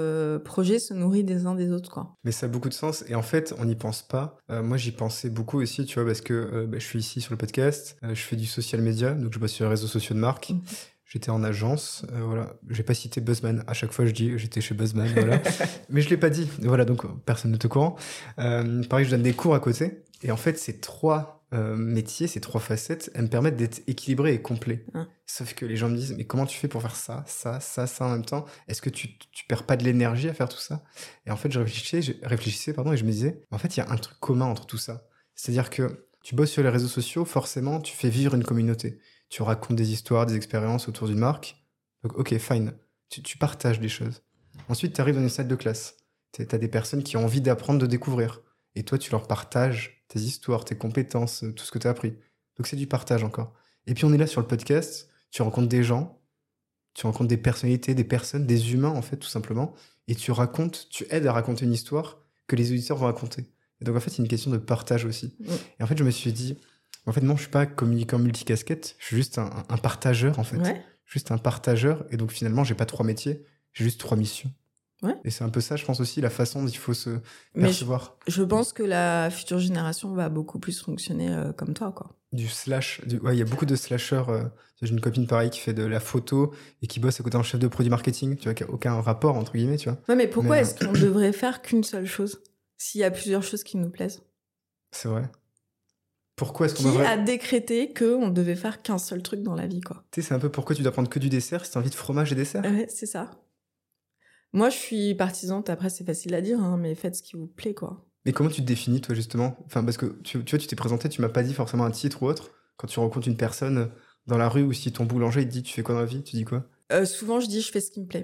Speaker 1: projet se nourrit des uns des autres, quoi.
Speaker 2: Mais ça a beaucoup de sens, et en fait, on n'y pense pas. Moi, j'y pensais beaucoup aussi, tu vois, parce que je suis ici sur le podcast, je fais du social media, donc je bosse sur les réseaux sociaux de marque. J'étais en agence, voilà. J'ai pas cité Buzzman. À chaque fois, je dis j'étais chez Buzzman, voilà. Mais je l'ai pas dit. Voilà, donc personne n'est au courant. Pareil, je donne des cours à côté. Et en fait, ces 3 métiers, ces 3 facettes, elles me permettent d'être équilibré et complet. Sauf que les gens me disent, mais comment tu fais pour faire ça en même temps? Est-ce que tu perds pas de l'énergie à faire tout ça? Et en fait, je réfléchissais, et je me disais, en fait, il y a un truc commun entre tout ça. C'est-à-dire que tu bosses sur les réseaux sociaux, forcément, tu fais vivre une communauté. Tu racontes des histoires, des expériences autour d'une marque. Donc, ok, fine. Tu partages des choses. Ensuite, tu arrives dans une salle de classe. T'as des personnes qui ont envie d'apprendre, de découvrir. Et toi, tu leur partages tes histoires, tes compétences, tout ce que tu as appris. Donc, c'est du partage encore. Et puis, on est là sur le podcast. Tu rencontres des gens. Tu rencontres des personnalités, des personnes, des humains, en fait, tout simplement. Et tu aides à raconter une histoire que les auditeurs vont raconter. Et donc, en fait, c'est une question de partage aussi. Et en fait, je me suis dit... En fait, non, je suis pas communicant multicasquette. Je suis juste un partageur, en fait.
Speaker 1: Ouais.
Speaker 2: Juste un partageur. Et donc, finalement, j'ai pas 3 métiers. J'ai juste 3 missions.
Speaker 1: Ouais.
Speaker 2: Et c'est un peu ça, je pense aussi, la façon dont il faut se percevoir.
Speaker 1: Je pense que la future génération va beaucoup plus fonctionner comme toi, quoi.
Speaker 2: Ouais, il y a beaucoup de slasheurs. J'ai une copine pareil qui fait de la photo et qui bosse à côté d'un chef de produit marketing. Tu vois, qui a aucun rapport, entre guillemets, tu vois.
Speaker 1: Ouais, mais pourquoi est-ce qu'on devrait faire qu'une seule chose s'il y a plusieurs choses qui nous plaisent?
Speaker 2: C'est vrai. Pourquoi est-ce qu'on
Speaker 1: devrait... Qui a décrété qu'on devait faire qu'un seul truc dans la vie, quoi?
Speaker 2: Tu sais, c'est un peu pourquoi tu dois prendre que du dessert si t'as envie de fromage et dessert.
Speaker 1: Ouais, c'est ça. Moi, je suis partisante, après c'est facile à dire, hein, mais faites ce qui vous plaît, quoi.
Speaker 2: Mais comment tu te définis, toi, justement? Enfin, parce que tu vois, tu t'es présenté, tu m'as pas dit forcément un titre ou autre. Quand tu rencontres une personne dans la rue ou si ton boulanger il te dit tu fais quoi dans la vie, tu dis quoi?
Speaker 1: Souvent, je dis je fais ce qui me plaît.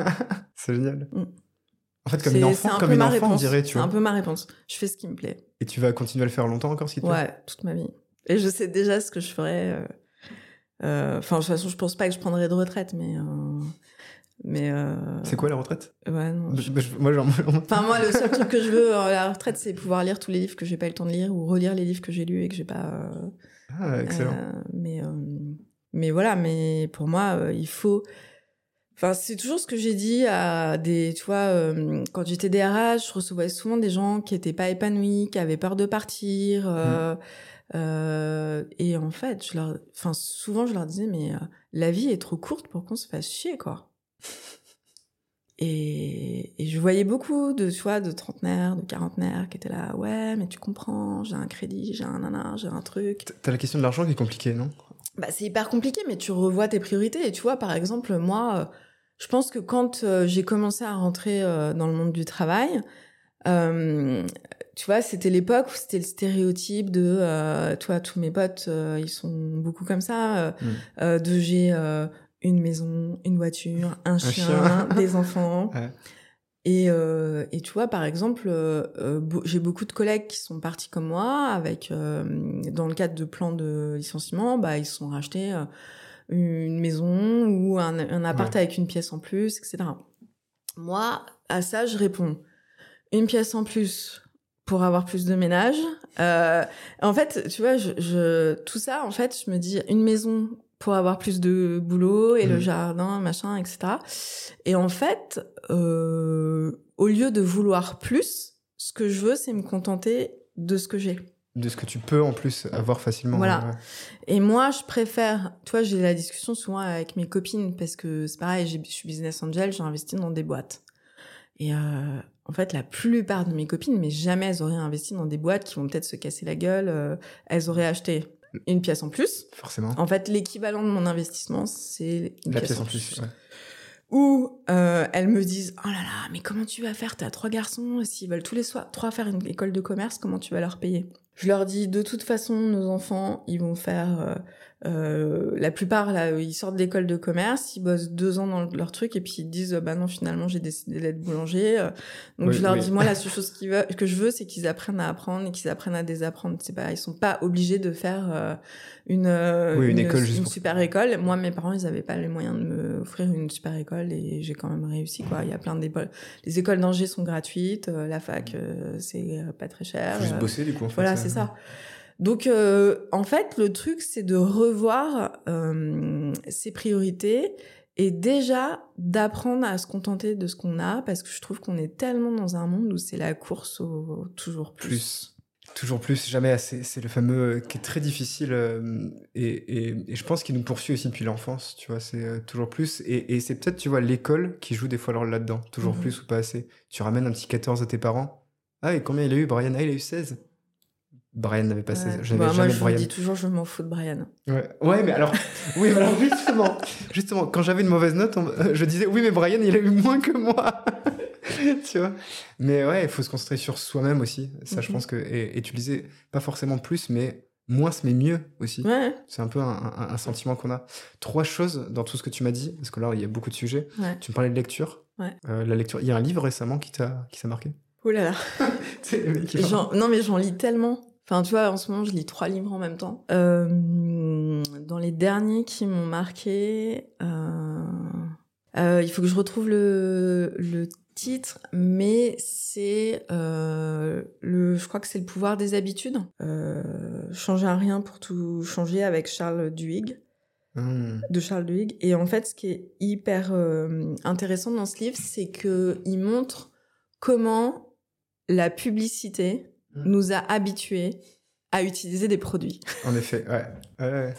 Speaker 2: C'est génial. En fait, comme une enfant, on dirait, tu vois.
Speaker 1: C'est un peu ma réponse. Je fais ce qui me plaît.
Speaker 2: Et tu vas continuer à le faire longtemps encore, ce qui te plaît?
Speaker 1: Ouais, toute ma vie. Et je sais déjà ce que je ferais. Enfin, de toute façon, je pense pas que je prendrais de retraite, mais
Speaker 2: C'est quoi la retraite?
Speaker 1: Ouais, non.
Speaker 2: Enfin,
Speaker 1: moi, le seul truc que je veux à la retraite, c'est pouvoir lire tous les livres que j'ai pas eu le temps de lire ou relire les livres que j'ai lus et que j'ai pas.
Speaker 2: Ah, excellent.
Speaker 1: Mais voilà, mais pour moi, il faut. Enfin, c'est toujours ce que j'ai dit à des, tu vois, quand j'étais DRH, je recevais souvent des gens qui étaient pas épanouis, qui avaient peur de partir. Et en fait, souvent je leur disais, mais la vie est trop courte pour qu'on se fasse chier, quoi. Et je voyais beaucoup de, tu vois, de trentenaires, de quarantenaires qui étaient là, ouais, mais tu comprends, j'ai un crédit, j'ai un nana, j'ai un truc.
Speaker 2: T'as la question de l'argent qui est compliquée, non?
Speaker 1: Bah, c'est hyper compliqué, mais tu revois tes priorités. Et tu vois, par exemple, moi, je pense que quand j'ai commencé à rentrer dans le monde du travail, tu vois, c'était l'époque où c'était le stéréotype de, toi, tous mes potes, ils sont beaucoup comme ça, de j'ai une maison, une voiture, un chien, des enfants.
Speaker 2: Ouais.
Speaker 1: Et tu vois, par exemple, j'ai beaucoup de collègues qui sont partis comme moi, avec dans le cadre de plans de licenciement, bah ils se sont rachetés une maison ou un appart avec une pièce en plus, etc. Moi, à ça, je réponds une pièce en plus pour avoir plus de ménage. En fait, tu vois, tout ça, en fait, je me dis une maison pour avoir plus de boulot et le jardin, machin, etc. Et en fait, au lieu de vouloir plus, ce que je veux, c'est me contenter de ce que j'ai.
Speaker 2: De ce que tu peux, en plus, avoir facilement.
Speaker 1: Voilà.
Speaker 2: Ouais.
Speaker 1: Et moi, je préfère... Tu vois, j'ai la discussion souvent avec mes copines, parce que c'est pareil, je suis business angel, j'ai investi dans des boîtes. Et en fait, la plupart de mes copines, mais jamais elles auraient investi dans des boîtes qui vont peut-être se casser la gueule, elles auraient acheté une pièce en plus.
Speaker 2: Forcément.
Speaker 1: En fait, l'équivalent de mon investissement, c'est une pièce en plus.
Speaker 2: Ouais.
Speaker 1: Ou elles me disent « Oh là là, mais comment tu vas faire? T'as 3 garçons, s'ils veulent tous les soirs 3 faire une école de commerce, comment tu vas leur payer ?» Je leur dis, de toute façon, nos enfants, ils vont faire... la plupart, là, ils sortent d'école de commerce, ils bossent 2 ans dans leur truc, et puis ils disent, bah non, finalement, j'ai décidé d'être boulanger. Donc
Speaker 2: Oui,
Speaker 1: je leur
Speaker 2: oui.
Speaker 1: dis, moi, la seule chose que je veux, c'est qu'ils apprennent à apprendre et qu'ils apprennent à désapprendre. C'est pas, ils sont pas obligés de faire une
Speaker 2: école juste
Speaker 1: une
Speaker 2: pour-
Speaker 1: super école. Moi, mes parents, ils avaient pas les moyens de me offrir une super école, et j'ai quand même réussi, quoi. Il y a plein d'écoles. Les écoles d'ingé sont gratuites, la fac, c'est pas très cher.
Speaker 2: Faut juste bosser, du coup, en fait.
Speaker 1: Voilà, c'est ça. Donc, en fait, le truc, c'est de revoir ses priorités et déjà d'apprendre à se contenter de ce qu'on a, parce que je trouve qu'on est tellement dans un monde où c'est la course au toujours plus.
Speaker 2: Toujours plus, jamais assez. C'est le fameux qui est très difficile et je pense qu'il nous poursuit aussi depuis l'enfance, tu vois, c'est toujours plus. Et c'est peut-être, tu vois, l'école qui joue des fois là-dedans, toujours plus ou pas assez. Tu ramènes un petit 14 à tes parents. Ah, et combien il a eu, Brian? Ah, il a eu 16. Brian n'avait pas 16. Je n'avais
Speaker 1: Moi,
Speaker 2: jamais
Speaker 1: je
Speaker 2: Brian.
Speaker 1: vous dis toujours, je m'en fous de Brian.
Speaker 2: Ouais, mais alors, oui, mais alors justement, quand j'avais une mauvaise note, je disais, oui, mais Brian, il a eu moins que moi. Tu vois. Mais ouais, il faut se concentrer sur soi-même aussi. Ça, je pense que, et tu disais, pas forcément plus, mais moins, mais mieux aussi.
Speaker 1: Ouais.
Speaker 2: C'est un peu un sentiment qu'on a. 3 choses dans tout ce que tu m'as dit, parce que là, il y a beaucoup de sujets.
Speaker 1: Ouais.
Speaker 2: Tu me parlais de lecture.
Speaker 1: Ouais.
Speaker 2: La lecture. Il y a un livre récemment qui t'a marqué.
Speaker 1: Oh là là.
Speaker 2: C'est le mec qui parle.
Speaker 1: Non, mais j'en lis tellement. Enfin, tu vois, en ce moment, je lis 3 livres en même temps. Dans les derniers qui m'ont marqué, il faut que je retrouve le titre, mais c'est je crois que c'est Le pouvoir des habitudes. Changer un rien pour tout changer, avec Charles Duhigg. De Charles Duhigg. Et en fait, ce qui est hyper intéressant dans ce livre, c'est que il montre comment la publicité nous a habitués à utiliser des produits.
Speaker 2: En effet, ouais.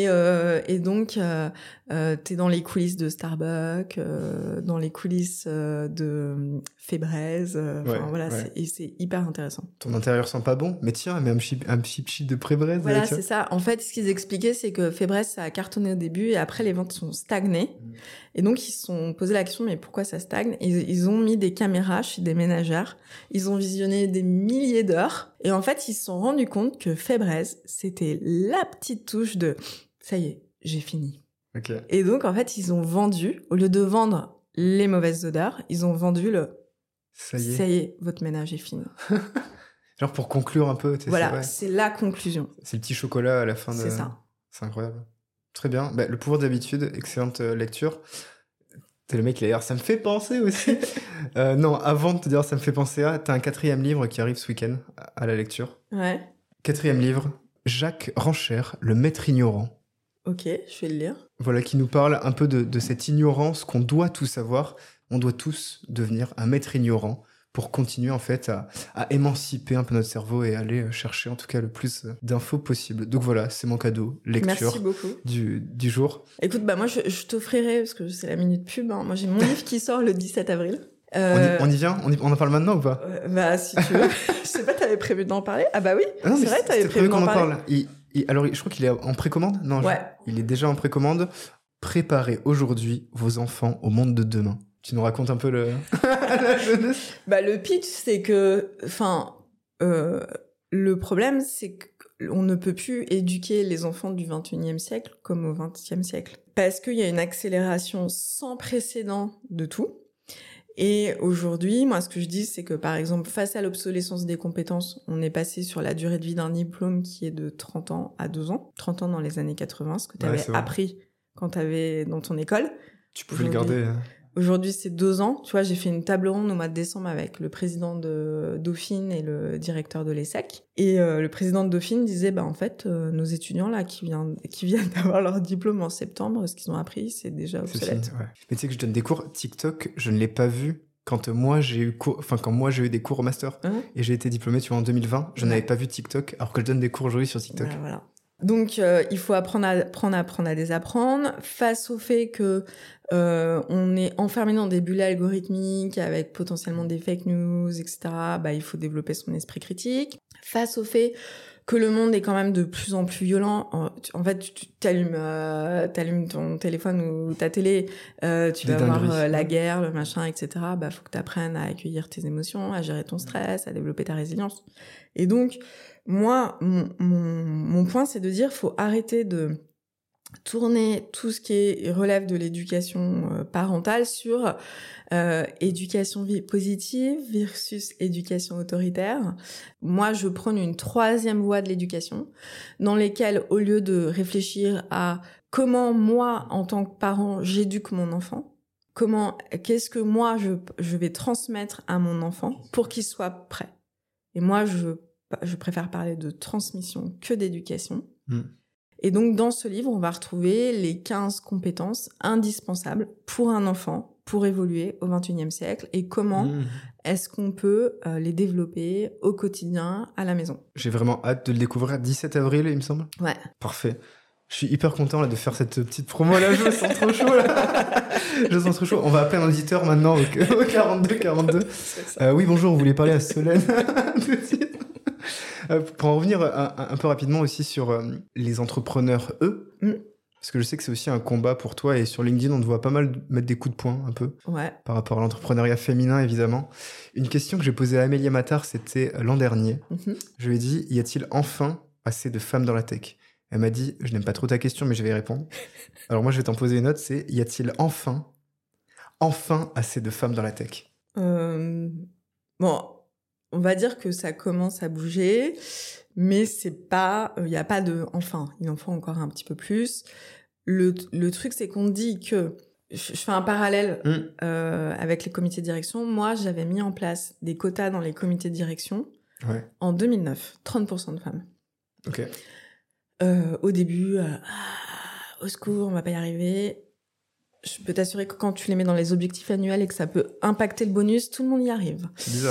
Speaker 1: Et donc, t'es dans les coulisses de Starbucks, dans les coulisses de Febreze. Voilà,
Speaker 2: ouais.
Speaker 1: c'est hyper intéressant.
Speaker 2: Ton intérieur sent pas bon, mais tiens, mais un petit sheet de Febreze.
Speaker 1: Voilà, c'est ça. En fait, ce qu'ils expliquaient, c'est que Febreze, ça a cartonné au début, et après, les ventes sont stagnées. Et donc, ils se sont posé la question, mais pourquoi ça stagne? Et ils ont mis des caméras chez des ménagères. Ils ont visionné des milliers d'heures. Et en fait, ils se sont rendus compte que Febreze, c'était la petite touche de « ça y est, j'ai fini ».
Speaker 2: Okay.
Speaker 1: Et donc, en fait, ils ont vendu, au lieu de vendre les mauvaises odeurs, ils ont vendu le « ça y est, votre ménage est fini ».
Speaker 2: Genre pour conclure un peu.
Speaker 1: Voilà, c'est la conclusion.
Speaker 2: C'est le petit chocolat à la fin de...
Speaker 1: C'est ça.
Speaker 2: C'est incroyable. Très bien. Bah, Le pouvoir d'habitude, excellente lecture. T'es le mec qui a l'air, ça me fait penser aussi. Non, avant de te dire ça me fait penser à, t'as un 4e livre qui arrive ce week-end à la lecture.
Speaker 1: Ouais.
Speaker 2: 4e livre, Jacques Rancière, Le maître ignorant.
Speaker 1: Ok, je vais le lire.
Speaker 2: Voilà, qui nous parle un peu de cette ignorance qu'on doit tout savoir. On doit tous devenir un maître ignorant pour continuer en fait à émanciper un peu notre cerveau et aller chercher en tout cas le plus d'infos possible. Donc voilà, c'est mon cadeau, lecture.
Speaker 1: Merci beaucoup.
Speaker 2: Du jour.
Speaker 1: Écoute, bah moi je t'offrirai, parce que c'est la minute pub, hein. Moi j'ai mon livre qui sort le 17 avril.
Speaker 2: On y vient? On en parle maintenant ou pas?
Speaker 1: Bah si tu veux. Je sais pas, t'avais prévu d'en parler? Ah bah oui,
Speaker 2: non,
Speaker 1: c'est vrai, t'avais prévu d'en parler.
Speaker 2: Alors, je crois qu'il est en précommande? Non,
Speaker 1: ouais.
Speaker 2: Il est déjà en précommande. Préparez aujourd'hui vos enfants au monde de demain. Tu nous racontes un peu la jeunesse?
Speaker 1: Bah le pitch, c'est que, le problème, c'est qu'on ne peut plus éduquer les enfants du 21e siècle comme au 20e siècle. Parce qu'il y a une accélération sans précédent de tout. Et aujourd'hui, moi, ce que je dis, c'est que, par exemple, face à l'obsolescence des compétences, on est passé sur la durée de vie d'un diplôme qui est de 30 ans à 2 ans. 30 ans dans les années 80, ce que tu avais appris quand tu avais dans ton école.
Speaker 2: Tu pouvais le garder.
Speaker 1: Aujourd'hui, c'est 2 ans. Tu vois, j'ai fait une table ronde au mois de décembre avec le président de Dauphine et le directeur de l'ESSEC. Et le président de Dauphine disait, bah en fait, nos étudiants là qui viennent d'avoir leur diplôme en septembre, ce qu'ils ont appris, c'est déjà obsolète.
Speaker 2: Ouais. Mais tu sais que je donne des cours TikTok, je ne l'ai pas vu quand moi j'ai eu des cours au master et j'ai été diplômé, tu vois, en 2020. Je n'avais pas vu TikTok, alors que je donne des cours aujourd'hui sur TikTok.
Speaker 1: Voilà. Donc, il faut apprendre à désapprendre face au fait que on est enfermé dans des bulles algorithmiques avec potentiellement des fake news, etc. Bah, il faut développer son esprit critique. Face au fait que le monde est quand même de plus en plus violent. En fait, tu t'allumes ton téléphone ou ta télé, tu vas voir la guerre, le machin, etc. Faut que tu apprennes à accueillir tes émotions, à gérer ton stress, à développer ta résilience. Et donc, moi, mon point, c'est de dire, faut arrêter de tourner tout ce qui relève de l'éducation parentale sur éducation positive versus éducation autoritaire. Moi, je prône une troisième voie de l'éducation dans lesquelles, au lieu de réfléchir à comment moi, en tant que parent, j'éduque mon enfant, qu'est-ce que moi, je vais transmettre à mon enfant pour qu'il soit prêt. Et moi, je préfère parler de transmission que d'éducation. Et donc, dans ce livre, on va retrouver les 15 compétences indispensables pour un enfant, pour évoluer au XXIe siècle, et comment est-ce qu'on peut les développer au quotidien, à la maison.
Speaker 2: J'ai vraiment hâte de le découvrir. 17 avril, il me semble.
Speaker 1: Ouais.
Speaker 2: Parfait. Je suis hyper content là, de faire cette petite promo-là. Je me sens trop chaud, là. Je me sens trop chaud. On va appeler un auditeur maintenant au 42. Oui, bonjour, vous voulez parler à Solène tout de suite. Pour en revenir un peu rapidement aussi sur les entrepreneurs, parce que je sais que c'est aussi un combat pour toi, et sur LinkedIn, on te voit pas mal mettre des coups de poing, un peu, par rapport à l'entrepreneuriat féminin, évidemment. Une question que j'ai posée à Amélie Matar, c'était l'an dernier. Je lui ai dit, y a-t-il enfin assez de femmes dans la tech ? Elle m'a dit, je n'aime pas trop ta question, mais je vais y répondre. Alors moi, je vais t'en poser une autre, c'est, y a-t-il enfin assez de femmes dans la tech ?
Speaker 1: Bon... On va dire que ça commence à bouger, mais c'est pas, il y a pas de, enfin, il en faut encore un petit peu plus. Le truc, c'est qu'on dit que, je fais un parallèle avec les comités de direction. Moi, j'avais mis en place des quotas dans les comités de direction en 2009, 30% de femmes.
Speaker 2: Ok.
Speaker 1: Au début, au secours, on va pas y arriver. Je peux t'assurer que quand tu les mets dans les objectifs annuels et que ça peut impacter le bonus, tout le monde y arrive.
Speaker 2: C'est bizarre.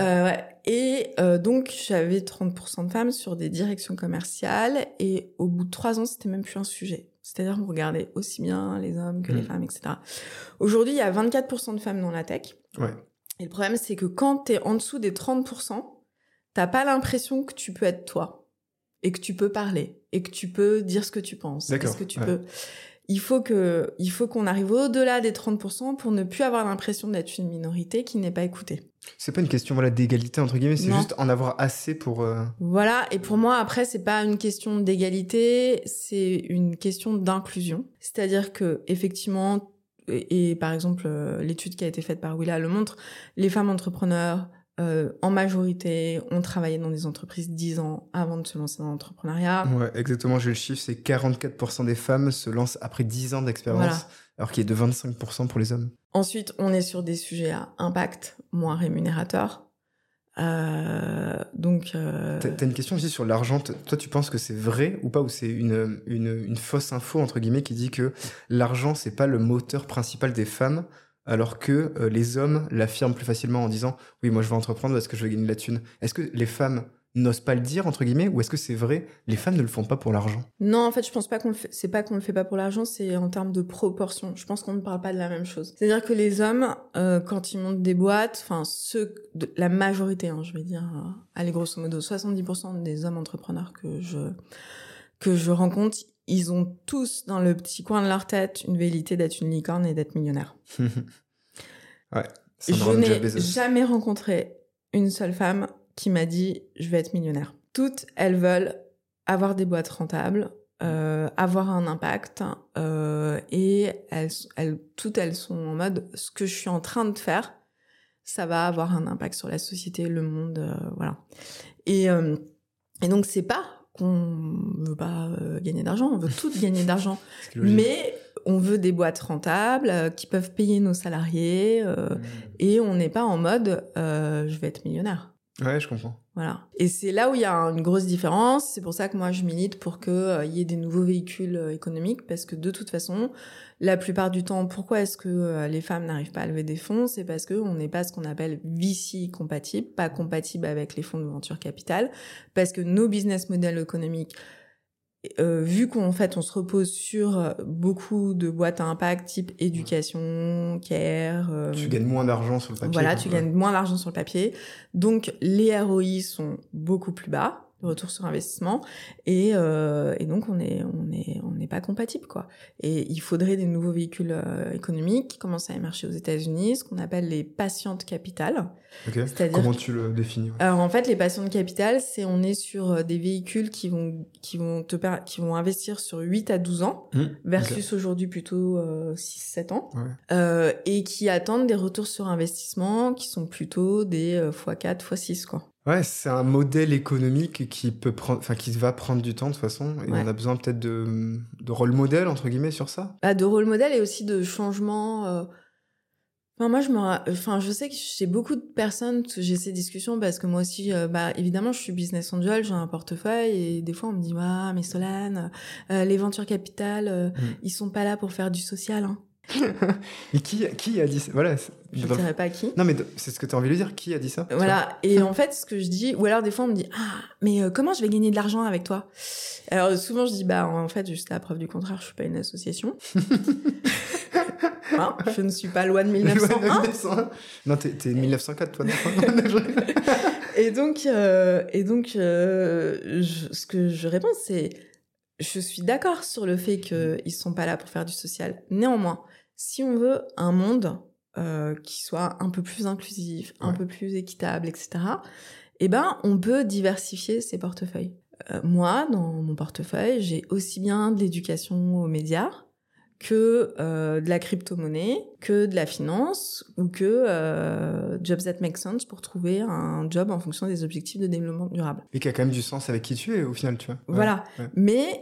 Speaker 1: Et donc, j'avais 30% de femmes sur des directions commerciales, et au bout de 3 ans, c'était même plus un sujet. C'est-à-dire qu'on regardait aussi bien les hommes que les femmes, etc. Aujourd'hui, il y a 24% de femmes dans la tech. Et le problème, c'est que quand t'es en dessous des 30%, t'as pas l'impression que tu peux être toi, et que tu peux parler, et que tu peux dire ce que tu penses.
Speaker 2: D'accord.
Speaker 1: Est-ce que tu peux... Il faut qu'on arrive au-delà des 30% pour ne plus avoir l'impression d'être une minorité qui n'est pas écoutée.
Speaker 2: C'est pas une question d'égalité entre guillemets, c'est juste en avoir assez pour.
Speaker 1: Voilà, et pour moi après c'est pas une question d'égalité, c'est une question d'inclusion. C'est-à-dire que effectivement, et par exemple l'étude qui a été faite par Willa le montre, les femmes entrepreneurs en majorité ont travaillé dans des entreprises 10 ans avant de se lancer dans l'entrepreneuriat.
Speaker 2: Ouais, exactement, j'ai le chiffre, c'est 44% des femmes se lancent après 10 ans d'expérience, alors qu'il y a de 25% pour les hommes.
Speaker 1: Ensuite, on est sur des sujets à impact moins rémunérateurs. Donc,
Speaker 2: T'as une question aussi sur l'argent. Toi, tu penses que c'est vrai ou pas, ou c'est une fausse info, entre guillemets, qui dit que l'argent, c'est pas le moteur principal des femmes, alors que les hommes l'affirment plus facilement en disant « Oui, moi, je veux entreprendre parce que je veux gagner de la thune ». Est-ce que les femmes n'osent pas le dire, entre guillemets, ou est-ce que c'est vrai, les femmes ne le font pas pour l'argent ?
Speaker 1: Non, en fait, je pense pas c'est pas qu'on le fait pas pour l'argent, c'est en termes de proportion. Je pense qu'on ne parle pas de la même chose. C'est-à-dire que les hommes, quand ils montent des boîtes, enfin, la majorité, je vais dire, allez, grosso modo, 70% des hommes entrepreneurs que je rencontre, ils ont tous dans le petit coin de leur tête une velléité d'être une licorne et d'être millionnaire.
Speaker 2: Ouais.
Speaker 1: Je n'ai jamais rencontré une seule femme qui m'a dit « je vais être millionnaire ». Toutes, elles veulent avoir des boîtes rentables, avoir un impact, et toutes elles sont en mode « ce que je suis en train de faire, ça va avoir un impact sur la société, le monde, voilà ». Et donc, c'est pas qu'on veut pas gagner d'argent, on veut toutes gagner d'argent, mais on veut des boîtes rentables qui peuvent payer nos salariés, et on n'est pas en mode « je vais être millionnaire ».
Speaker 2: Ouais, je comprends.
Speaker 1: Voilà. Et c'est là où il y a une grosse différence. C'est pour ça que moi, je milite pour qu'il y ait des nouveaux véhicules économiques, parce que de toute façon, la plupart du temps, pourquoi est-ce que les femmes n'arrivent pas à lever des fonds ? C'est parce qu'on n'est pas ce qu'on appelle VC compatible, pas compatible avec les fonds de venture capital, parce que nos business models économiques, vu qu'en fait on se repose sur beaucoup de boîtes à impact type éducation, care...
Speaker 2: tu gagnes moins d'argent sur le papier.
Speaker 1: Voilà, tu gagnes moins d'argent sur le papier. Donc les ROI sont beaucoup plus bas. de retour sur investissement, et donc on n'est pas compatible, quoi. Et il faudrait des nouveaux véhicules économiques qui commencent à émerger aux États-Unis, ce qu'on appelle les patientes capitales.
Speaker 2: Okay. Comment tu le définis?
Speaker 1: Alors en fait, les patientes capitales, on est sur des véhicules qui vont investir sur 8 à 12 ans versus aujourd'hui plutôt 6-7 ans, et qui attendent des retours sur investissement qui sont plutôt des x4, x6, quoi.
Speaker 2: Ouais, c'est un modèle économique qui va prendre du temps de toute façon, et on a besoin peut-être de rôle modèle entre guillemets sur ça.
Speaker 1: De rôle modèle et aussi de changement. Moi, je sais que j'ai beaucoup de personnes, j'ai ces discussions parce que moi aussi, évidemment, je suis business angel, j'ai un portefeuille, et des fois on me dit mais Solane, les ventures capitales, ils sont pas là pour faire du social, hein.
Speaker 2: Mais qui a dit ça? Voilà.
Speaker 1: Je ne dirais pas qui.
Speaker 2: Non, mais c'est ce que tu as envie de dire. Qui a dit ça?
Speaker 1: Voilà. Et en fait, ce que je dis, ou alors des fois on me dit mais comment je vais gagner de l'argent avec toi? Alors souvent je dis en fait, juste la preuve du contraire, je suis pas une association. Je ne suis pas loi de 1901.
Speaker 2: Non, t'es 1904, toi.
Speaker 1: Et donc, ce que je réponds, c'est, je suis d'accord sur le fait qu'ils sont pas là pour faire du social. Néanmoins, si on veut un monde qui soit un peu plus inclusif, un peu plus équitable, etc., on peut diversifier ses portefeuilles. Moi, dans mon portefeuille, j'ai aussi bien de l'éducation aux médias que de la crypto-monnaie, que de la finance, ou que Jobs That Make Sense pour trouver un job en fonction des objectifs de développement durable.
Speaker 2: Et qui a quand même du sens avec qui tu es, au final, tu vois.
Speaker 1: Voilà. Ouais. Mais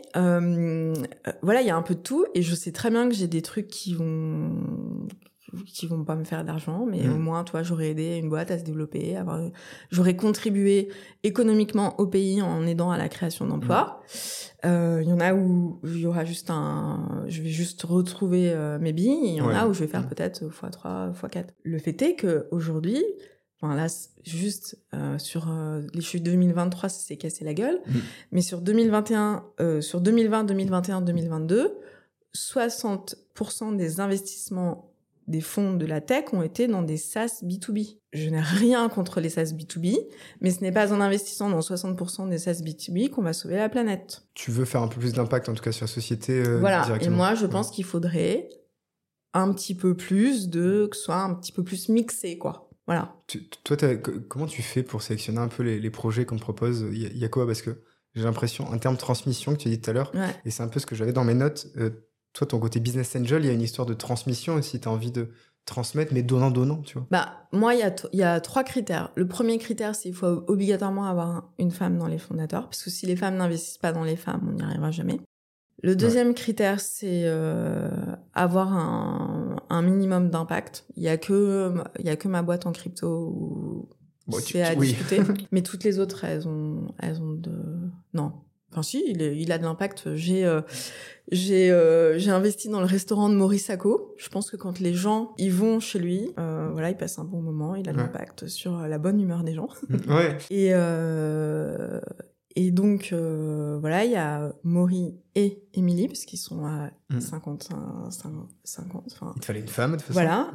Speaker 1: il y a un peu de tout, et je sais très bien que j'ai des trucs qui vont pas me faire d'argent, mais au moins, toi, j'aurais aidé une boîte à se développer, j'aurais contribué économiquement au pays en aidant à la création d'emplois. Il y en a où il y aura je vais juste retrouver mes billes, et il y en a où je vais faire peut-être x3, x4. Le fait est que aujourd'hui, là, juste sur les chiffres 2023, ça s'est cassé la gueule, mais sur 2021, sur 2020, 2021, 2022, 60% des investissements des fonds de la tech ont été dans des SaaS B2B. Je n'ai rien contre les SaaS B2B, mais ce n'est pas en investissant dans 60% des SaaS B2B qu'on va sauver la planète.
Speaker 2: Tu veux faire un peu plus d'impact, en tout cas, sur la société
Speaker 1: directement. Et moi, je pense
Speaker 2: Ouais.
Speaker 1: qu'il faudrait un petit peu plus que ce soit un petit peu plus mixé, quoi. Voilà.
Speaker 2: Toi, comment tu fais pour sélectionner un peu les projets qu'on te propose? Il y a quoi? Parce que j'ai l'impression, en termes de transmission que tu as dit tout à l'heure,
Speaker 1: Ouais.
Speaker 2: et c'est un peu ce que j'avais dans mes notes, toi, ton côté business angel, il y a une histoire de transmission aussi. Tu as envie de transmettre, mais donnant, tu vois.
Speaker 1: Bah, moi, il y a 3 critères. Le premier critère, c'est qu'il faut obligatoirement avoir une femme dans les fondateurs, parce que si les femmes n'investissent pas dans les femmes, on n'y arrivera jamais. Le deuxième critère, c'est avoir un minimum d'impact. Il y a que ma boîte en crypto où c'est à discuter. Mais toutes les autres, elles ont de... Non. Enfin si, il a de l'impact. J'ai investi dans le restaurant de Maurice Sacco. Je pense que quand les gens y vont chez lui, ils passent un bon moment. Il a de l'impact sur la bonne humeur des gens.
Speaker 2: Ouais.
Speaker 1: Et donc, il y a Maury et Émilie, parce qu'ils sont à 50.
Speaker 2: Il te fallait une femme, de toute façon.
Speaker 1: Voilà.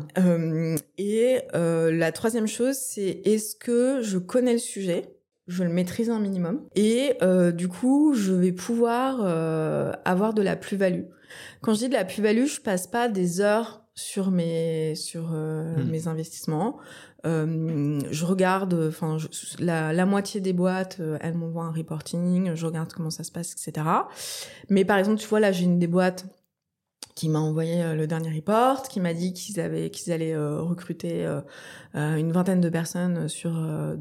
Speaker 1: La troisième chose, c'est est-ce que je connais le sujet ? Je le maîtrise un minimum. Et du coup, je vais pouvoir avoir de la plus-value. Quand je dis de la plus-value, je passe pas des heures sur mes investissements. Je regarde, la moitié des boîtes, elles m'envoient un reporting, je regarde comment ça se passe, etc. Mais par exemple, tu vois, là, j'ai une des boîtes qui m'a envoyé le dernier report, qui m'a dit qu'ils allaient recruter une vingtaine de personnes sur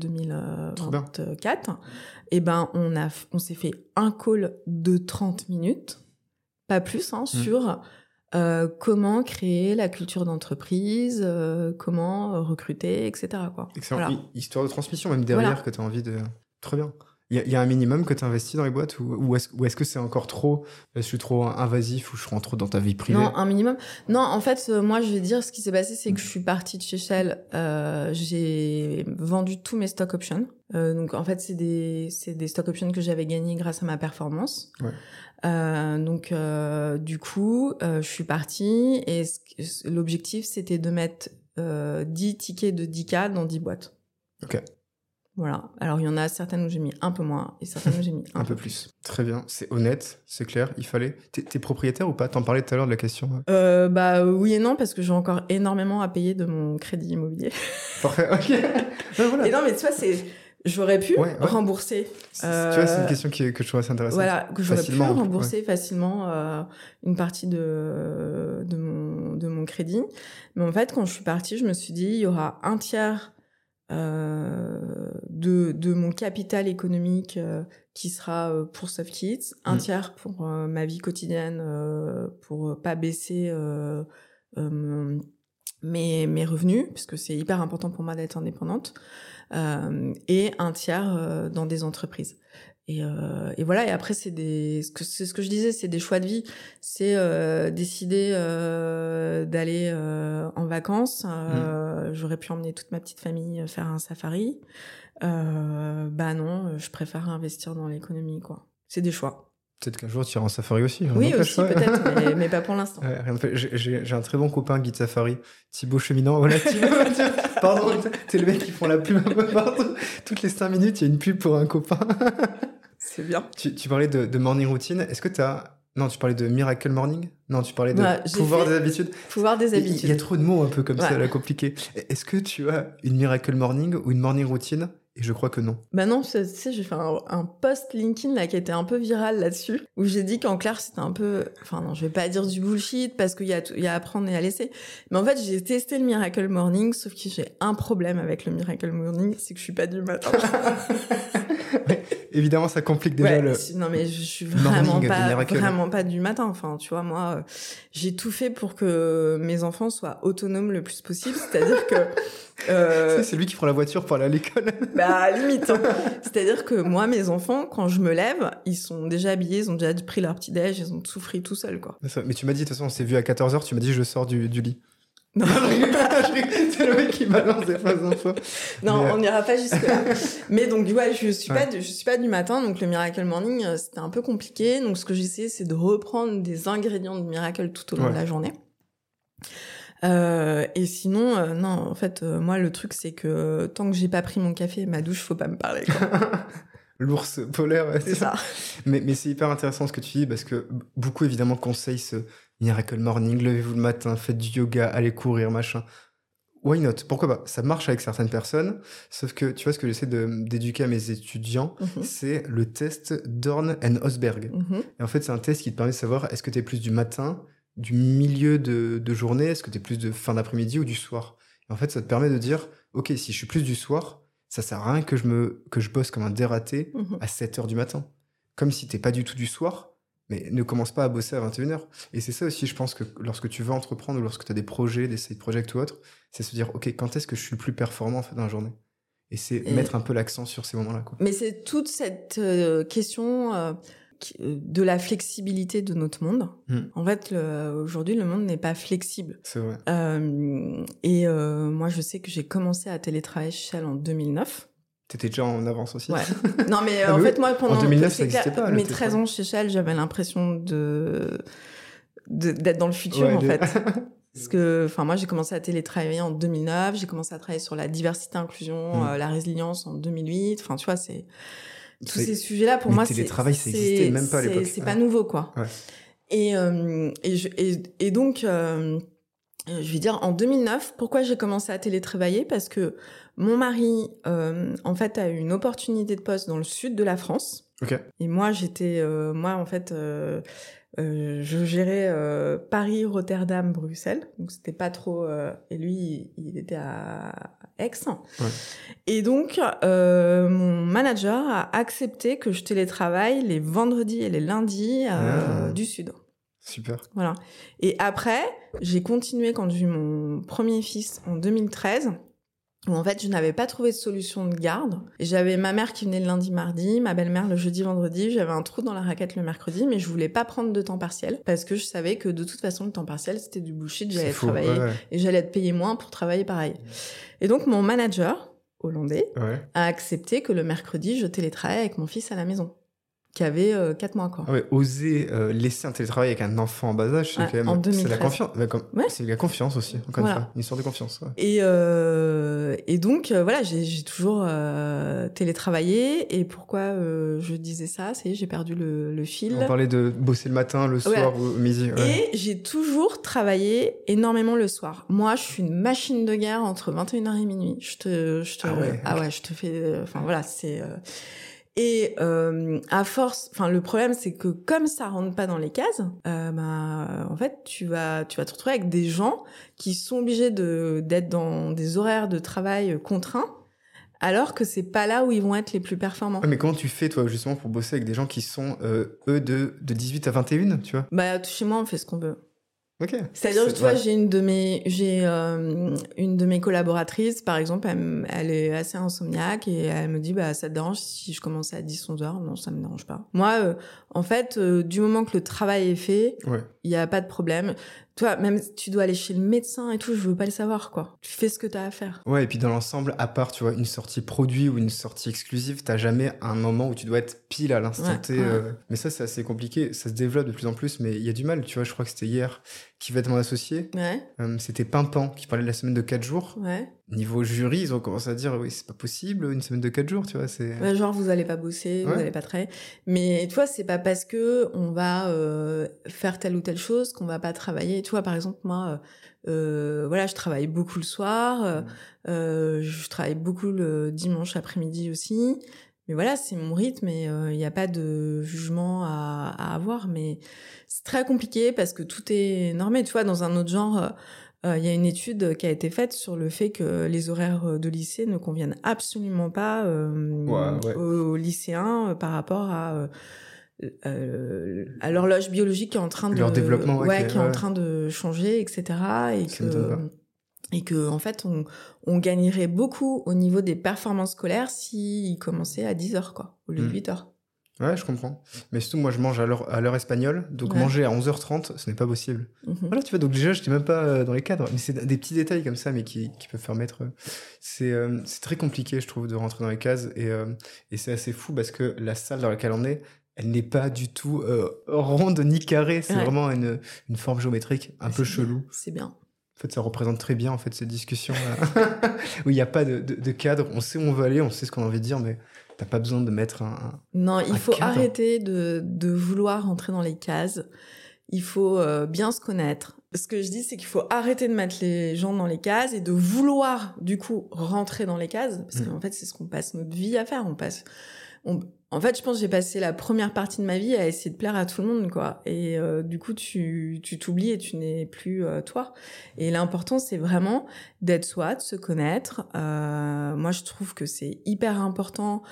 Speaker 1: 2024. Et on s'est fait un call de 30 minutes, pas plus, sur comment créer la culture d'entreprise, comment recruter, etc. quoi.
Speaker 2: Excellent. Voilà. Histoire de transmission même derrière que tu as envie de... Très bien. Il y a un minimum que tu investis dans les boîtes ou est-ce que c'est encore trop, je suis trop invasif ou je rentre trop dans ta vie privée?
Speaker 1: Non, un minimum. Non, en fait, moi, je vais dire, ce qui s'est passé, c'est que je suis partie de chez Shell, j'ai vendu tous mes stock options. Donc, en fait, c'est des stock options que j'avais gagnés grâce à ma performance. Ouais. Du coup, je suis partie et l'objectif, c'était de mettre 10 tickets de 10K dans 10 boîtes.
Speaker 2: Ok.
Speaker 1: Voilà. Alors, il y en a certaines où j'ai mis un peu moins et certaines où j'ai mis
Speaker 2: un peu plus. Très bien. C'est honnête, c'est clair, il fallait. T'es propriétaire ou pas? T'en parlais tout à l'heure de la question.
Speaker 1: Oui et non, parce que j'ai encore énormément à payer de mon crédit immobilier.
Speaker 2: Parfait, ok.
Speaker 1: Voilà. Et non, mais tu vois, j'aurais pu rembourser.
Speaker 2: Tu vois, c'est une question que je trouve assez intéressante.
Speaker 1: Voilà, que j'aurais pu rembourser facilement une partie de mon crédit. Mais en fait, quand je suis partie, je me suis dit, il y aura un tiers de mon capital économique qui sera pour Soft Kids, un tiers pour ma vie quotidienne, pour pas baisser mes revenus, puisque c'est hyper important pour moi d'être indépendante, et un tiers dans des entreprises. Et voilà. Et après, c'est ce que je disais, c'est des choix de vie. C'est décider d'aller en vacances. J'aurais pu emmener toute ma petite famille faire un safari. Non, je préfère investir dans l'économie, quoi. C'est des choix.
Speaker 2: Peut-être qu'un jour tu iras en safari aussi.
Speaker 1: Oui, aussi, peut-être, mais pas pour l'instant.
Speaker 2: J'ai un très bon copain guide safari, Thibaut Cheminant. Voilà, Thibaut, pardon, t'es le mec qui font la pub un peu partout. Toutes les 5 minutes, il y a une pub pour un copain.
Speaker 1: C'est bien.
Speaker 2: Tu parlais de morning routine. Est-ce que Non, tu parlais de Miracle Morning? Non, tu parlais de pouvoir des habitudes.
Speaker 1: Pouvoir des habitudes.
Speaker 2: Il y a trop de mots un peu comme ça, là, compliqués. Est-ce que tu as une Miracle Morning ou une morning routine? Et je crois que non.
Speaker 1: Bah non, tu sais, j'ai fait un post LinkedIn là qui était un peu viral là-dessus, où j'ai dit qu'en clair c'était un peu, enfin non, je vais pas dire du bullshit parce qu'il y a à prendre et à laisser. Mais en fait, j'ai testé le Miracle Morning, sauf que j'ai un problème avec le Miracle Morning, c'est que je suis pas du matin.
Speaker 2: Ouais, évidemment, ça complique déjà
Speaker 1: Non, mais je suis vraiment pas du matin. Enfin, tu vois, moi, j'ai tout fait pour que mes enfants soient autonomes le plus possible. C'est-à-dire que
Speaker 2: c'est lui qui prend la voiture pour aller à l'école.
Speaker 1: Bah, limite. Hein. C'est-à-dire que moi, mes enfants, quand je me lève, ils sont déjà habillés, ils ont déjà pris leur petit-déj, ils ont tout pris tout seuls, quoi.
Speaker 2: Mais tu m'as dit, de toute façon, on s'est vu à 14h, tu m'as dit, je sors du lit. Non, c'est le mec qui balance des fausses infos.
Speaker 1: Non, on n'ira pas jusque-là. Mais donc, ouais, je suis pas du matin, donc le Miracle Morning, c'était un peu compliqué. Donc, ce que j'ai essayé, c'est de reprendre des ingrédients de Miracle tout au long de la journée. Et sinon, non, en fait, moi, le truc, c'est que tant que j'ai pas pris mon café et ma douche, faut pas me parler, quoi.
Speaker 2: L'ours polaire,
Speaker 1: c'est ça.
Speaker 2: Mais c'est hyper intéressant ce que tu dis, parce que beaucoup, évidemment, conseillent ce Miracle Morning, levez-vous le matin, faites du yoga, allez courir, machin. Why not? Pourquoi pas? Ça marche avec certaines personnes, sauf que, tu vois, ce que j'essaie d'éduquer à mes étudiants, c'est le test Dorn and Osberg. Et en fait, c'est un test qui te permet de savoir est-ce que t'es plus du matin, du milieu de journée, est-ce que t'es plus de fin d'après-midi ou du soir? Et en fait, ça te permet de dire, ok, si je suis plus du soir, ça sert à rien que je bosse comme un dératé à 7h du matin. Comme si t'es pas du tout du soir, mais ne commence pas à bosser à 21h. Et c'est ça aussi, je pense, que lorsque tu veux entreprendre ou lorsque tu as des projets, des side projects ou autre, c'est se dire, ok, quand est-ce que je suis le plus performant en fait, dans la journée? Et c'est mettre un peu l'accent sur ces moments-là, quoi. Mais
Speaker 1: c'est toute cette question de la flexibilité de notre monde. En fait, aujourd'hui, le monde n'est pas flexible.
Speaker 2: C'est vrai.
Speaker 1: Moi, je sais que j'ai commencé à télétravailler chez Shell en 2009.
Speaker 2: T'étais déjà en avance aussi.
Speaker 1: Ouais. Non, mais en fait, moi, pendant
Speaker 2: en 2009, ça n'existait pas.
Speaker 1: Mes 13 ans chez Shell, j'avais l'impression d'être dans le futur, en fait. Parce que, enfin, moi, j'ai commencé à télétravailler en 2009. J'ai commencé à travailler sur la diversité, inclusion, la résilience en 2008. Enfin, tu vois, tous ces sujets-là, pour moi,
Speaker 2: le télétravail, ça existait même pas à l'époque.
Speaker 1: C'est pas nouveau, quoi.
Speaker 2: Ouais.
Speaker 1: Et donc, je vais dire, en 2009, pourquoi j'ai commencé à télétravailler? Parce que mon mari, en fait, a eu une opportunité de poste dans le sud de la France.
Speaker 2: Okay.
Speaker 1: Et moi, en fait, je gérais Paris, Rotterdam, Bruxelles. Donc, c'était pas trop... et lui, il était à Aix.
Speaker 2: Ouais.
Speaker 1: Et donc, mon manager a accepté que je télétravaille les vendredis et les lundis du sud.
Speaker 2: Super.
Speaker 1: Voilà. Et après, j'ai continué quand j'ai eu mon premier fils en 2013, où en fait, je n'avais pas trouvé de solution de garde. Et j'avais ma mère qui venait le lundi, mardi, ma belle-mère le jeudi, vendredi. J'avais un trou dans la raquette le mercredi, mais je voulais pas prendre de temps partiel parce que je savais que de toute façon, le temps partiel, c'était du bullshit. J'allais travailler et j'allais être payée moins pour travailler pareil. Et donc, mon manager hollandais a accepté que le mercredi, je télétravaille avec mon fils à la maison. qui avait 4 mois, quoi.
Speaker 2: Ah ouais, oser laisser un télétravail avec un enfant en bas âge, c'est quand même...
Speaker 1: En 2013.
Speaker 2: C'est la confiance.
Speaker 1: Ouais.
Speaker 2: C'est la confiance aussi, encore une fois. Une histoire de confiance. Ouais.
Speaker 1: Et donc, voilà, j'ai toujours télétravaillé. Et pourquoi je disais ça? J'ai perdu le fil.
Speaker 2: On parlait de bosser le matin, le soir ou midi. Ouais.
Speaker 1: Et j'ai toujours travaillé énormément le soir. Moi, je suis une machine de guerre entre 21h et minuit. Je te fais... Enfin, voilà, c'est... Et à force, enfin le problème c'est que comme ça rentre pas dans les cases, en fait tu vas te retrouver avec des gens qui sont obligés d'être dans des horaires de travail contraints, alors que c'est pas là où ils vont être les plus performants.
Speaker 2: Mais comment tu fais toi justement pour bosser avec des gens qui sont eux de 18 à 21, tu vois?
Speaker 1: Chez moi on fait ce qu'on veut.
Speaker 2: Ok.
Speaker 1: C'est-à-dire que tu vois, j'ai une de mes collaboratrices, par exemple, elle est assez insomniaque et elle me dit, ça te dérange si je commençais à 10-11 heures? Non, ça me dérange pas. Moi, en fait, du moment que le travail est fait, il y a pas de problème. Toi, même si tu dois aller chez le médecin et tout, je veux pas le savoir, quoi. Tu fais ce que t'as à faire.
Speaker 2: Ouais, et puis dans l'ensemble, à part, tu vois, une sortie produit ou une sortie exclusive, t'as jamais un moment où tu dois être pile à l'instant T. Mais ça, c'est assez compliqué. Ça se développe de plus en plus, mais il y a du mal. Tu vois, je crois que c'était hier qui va être mon associé.
Speaker 1: Ouais.
Speaker 2: C'était Pimpant qui parlait de la semaine de 4 jours.
Speaker 1: Ouais.
Speaker 2: Niveau jury, ils ont commencé à dire, oui, c'est pas possible, une semaine de 4 jours, tu vois, c'est...
Speaker 1: Ouais, genre, vous allez pas bosser, vous allez pas travailler. Mais, tu vois, c'est pas parce que on va faire telle ou telle chose qu'on va pas travailler. Tu vois, par exemple, moi, voilà, je travaille beaucoup le soir, je travaille beaucoup le dimanche après-midi aussi. Mais voilà, c'est mon rythme et il n'y a pas de jugement à avoir. Mais c'est très compliqué parce que tout est normé. Tu vois, dans un autre genre... il y a une étude qui a été faite sur le fait que les horaires de lycée ne conviennent absolument pas aux lycéens par rapport à l'horloge biologique qui est en train de
Speaker 2: leur développement
Speaker 1: en train de changer, etc. Et que en fait on gagnerait beaucoup au niveau des performances scolaires s'ils commençaient à 10 heures, quoi, au lieu de 8 heures.
Speaker 2: Ouais, je comprends. Mais surtout, moi, je mange à l'heure espagnole, donc manger à 11h30, ce n'est pas possible. Voilà, tu vois, donc déjà, j'étais même pas dans les cadres. Mais c'est des petits détails comme ça, mais qui peuvent permettre... C'est très compliqué, je trouve, de rentrer dans les cases. Et c'est assez fou parce que la salle dans laquelle on est, elle n'est pas du tout ronde ni carrée. C'est vraiment une forme géométrique un peu chelou.
Speaker 1: C'est bien.
Speaker 2: En fait, ça représente très bien, en fait, cette discussion où il n'y a pas de cadre. On sait où on veut aller, on sait ce qu'on a envie de dire, mais... T'as pas besoin de mettre
Speaker 1: Non, il faut
Speaker 2: cadre.
Speaker 1: arrêter de vouloir rentrer dans les cases. Il faut bien se connaître. Ce que je dis, c'est qu'il faut arrêter de mettre les gens dans les cases et de vouloir, du coup, rentrer dans les cases. Parce qu'en fait, c'est ce qu'on passe notre vie à faire. En fait, je pense que j'ai passé la première partie de ma vie à essayer de plaire à tout le monde, quoi. Et du coup, tu t'oublies et tu n'es plus toi. Et l'important, c'est vraiment d'être soi, de se connaître. Moi, je trouve que c'est hyper important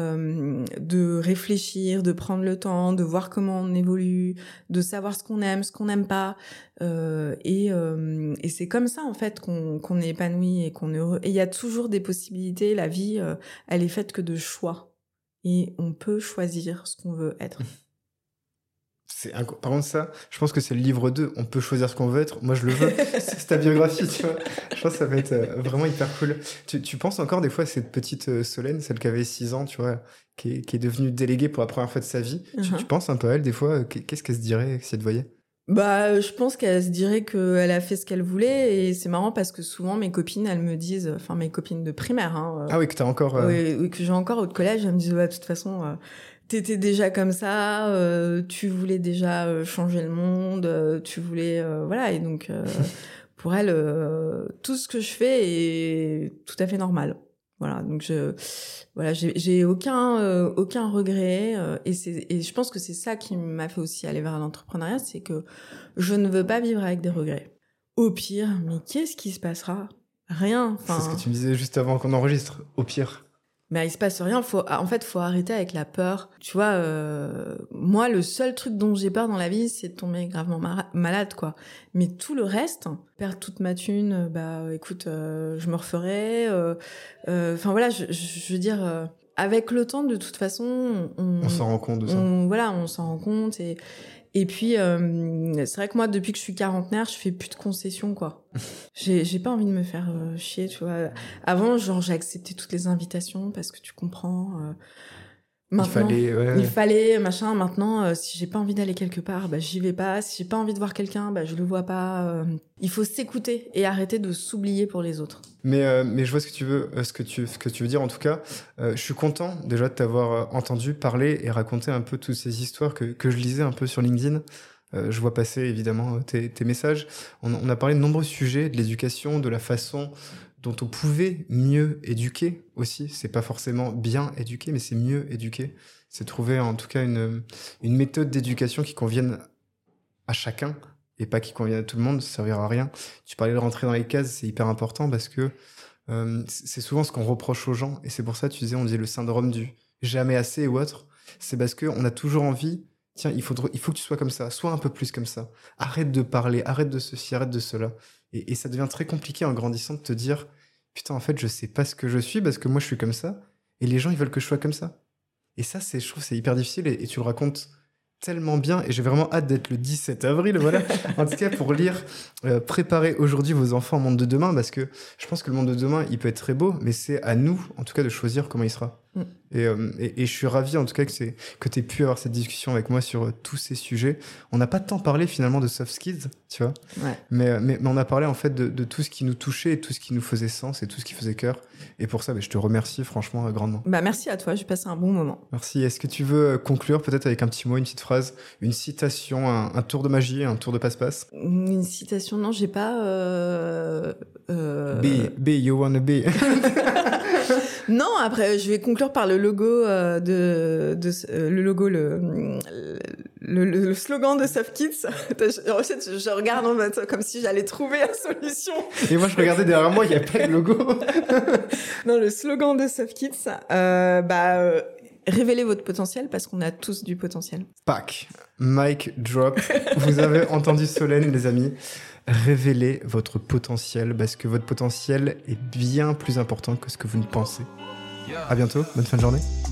Speaker 1: de réfléchir, de prendre le temps, de voir comment on évolue, de savoir ce qu'on aime, ce qu'on n'aime pas. Et c'est comme ça, en fait, qu'on est épanoui et qu'on est heureux. Et il y a toujours des possibilités. La vie, elle est faite que de choix. Et on peut choisir ce qu'on veut être.
Speaker 2: Par contre, ça, je pense que c'est le livre 2. On peut choisir ce qu'on veut être. Moi, je le veux. C'est ta biographie, tu vois. Je pense que ça va être vraiment hyper cool. Tu penses encore des fois à cette petite Solène, celle qui avait 6 ans, tu vois, qui est devenue déléguée pour la première fois de sa vie. Tu penses un peu à elle, des fois, qu'est-ce qu'elle se dirait si elle te voyait?
Speaker 1: Je pense qu'elle se dirait qu'elle a fait ce qu'elle voulait, et c'est marrant parce que souvent mes copines, elles me disent, enfin mes copines de primaire,
Speaker 2: ah oui, que t'as encore
Speaker 1: oui, que j'ai encore au collège, elles me disent de toute façon t'étais déjà comme ça, tu voulais déjà changer le monde, tu voulais voilà, et donc pour elles tout ce que je fais est tout à fait normal. Voilà, donc j'ai aucun regret, et je pense que c'est ça qui m'a fait aussi aller vers l'entrepreneuriat, c'est que je ne veux pas vivre avec des regrets. Au pire, mais qu'est-ce qui se passera? Rien.
Speaker 2: C'est ce que tu me disais juste avant qu'on enregistre. Au pire.
Speaker 1: Mais il se passe rien. Faut arrêter avec la peur. Tu vois, moi, le seul truc dont j'ai peur dans la vie, c'est de tomber gravement malade, quoi. Mais tout le reste, perdre toute ma thune, écoute, je me referai. Enfin voilà, je veux dire, avec le temps, de toute façon,
Speaker 2: on s'en rend compte de ça.
Speaker 1: On s'en rend compte et puis c'est vrai que moi, depuis que je suis quarantenaire, je fais plus de concessions, quoi. J'ai pas envie de me faire chier, tu vois. Avant, genre, j'ai accepté toutes les invitations parce que tu comprends. Maintenant,
Speaker 2: ouais.
Speaker 1: il fallait, machin. Maintenant, si j'ai pas envie d'aller quelque part, bah j'y vais pas. Si j'ai pas envie de voir quelqu'un, bah je le vois pas. Il faut s'écouter et arrêter de s'oublier pour les autres.
Speaker 2: Mais je vois ce que tu veux, ce que tu veux dire. En tout cas, je suis content déjà de t'avoir entendu parler et raconter un peu toutes ces histoires que je lisais un peu sur LinkedIn. Je vois passer évidemment tes messages. On a parlé de nombreux sujets, de l'éducation, de la façon dont on pouvait mieux éduquer aussi. C'est pas forcément bien éduquer, mais c'est mieux éduquer. C'est trouver en tout cas une méthode d'éducation qui convienne à chacun et pas qui convienne à tout le monde. Ça servira à rien. Tu parlais de rentrer dans les cases, c'est hyper important parce que c'est souvent ce qu'on reproche aux gens. Et c'est pour ça, tu disais, on disait le syndrome du jamais assez ou autre. C'est parce qu'on a toujours envie, tiens, il faut que tu sois comme ça, sois un peu plus comme ça. Arrête de parler, arrête de ceci, arrête de cela. Et ça devient très compliqué en grandissant de te dire, putain, en fait, je sais pas ce que je suis parce que moi, je suis comme ça. Et les gens, ils veulent que je sois comme ça. Et ça, je trouve, c'est hyper difficile et tu le racontes tellement bien. Et j'ai vraiment hâte d'être le 17 avril, voilà. En tout cas, pour lire, préparer aujourd'hui vos enfants au monde de demain, parce que je pense que le monde de demain, il peut être très beau, mais c'est à nous, en tout cas, de choisir comment il sera. Et je suis ravi, en tout cas, que tu aies pu avoir cette discussion avec moi sur tous ces sujets. On n'a pas tant parlé, finalement, de soft skills, tu vois.
Speaker 1: Ouais.
Speaker 2: Mais on a parlé, en fait, de tout ce qui nous touchait et tout ce qui nous faisait sens et tout ce qui faisait cœur. Et pour ça, je te remercie, franchement, grandement.
Speaker 1: Bah, merci à toi, j'ai passé un bon moment.
Speaker 2: Merci. Est-ce que tu veux conclure, peut-être, avec un petit mot, une petite phrase, une citation, un tour de magie, un tour de passe-passe?
Speaker 1: Une citation, non, j'ai pas...
Speaker 2: Be, you wanna be.
Speaker 1: Non, après, je vais conclure par le logo le slogan de Soft Kids. Je regarde en mode comme si j'allais trouver la solution.
Speaker 2: Et moi, je regardais derrière moi, il n'y a pas de logo.
Speaker 1: Non, le slogan de Soft Kids, révélez votre potentiel parce qu'on a tous du potentiel.
Speaker 2: Pack, mic drop. Vous avez entendu Solène, les amis. Révélez votre potentiel parce que votre potentiel est bien plus important que ce que vous ne pensez. À bientôt, bonne fin de journée.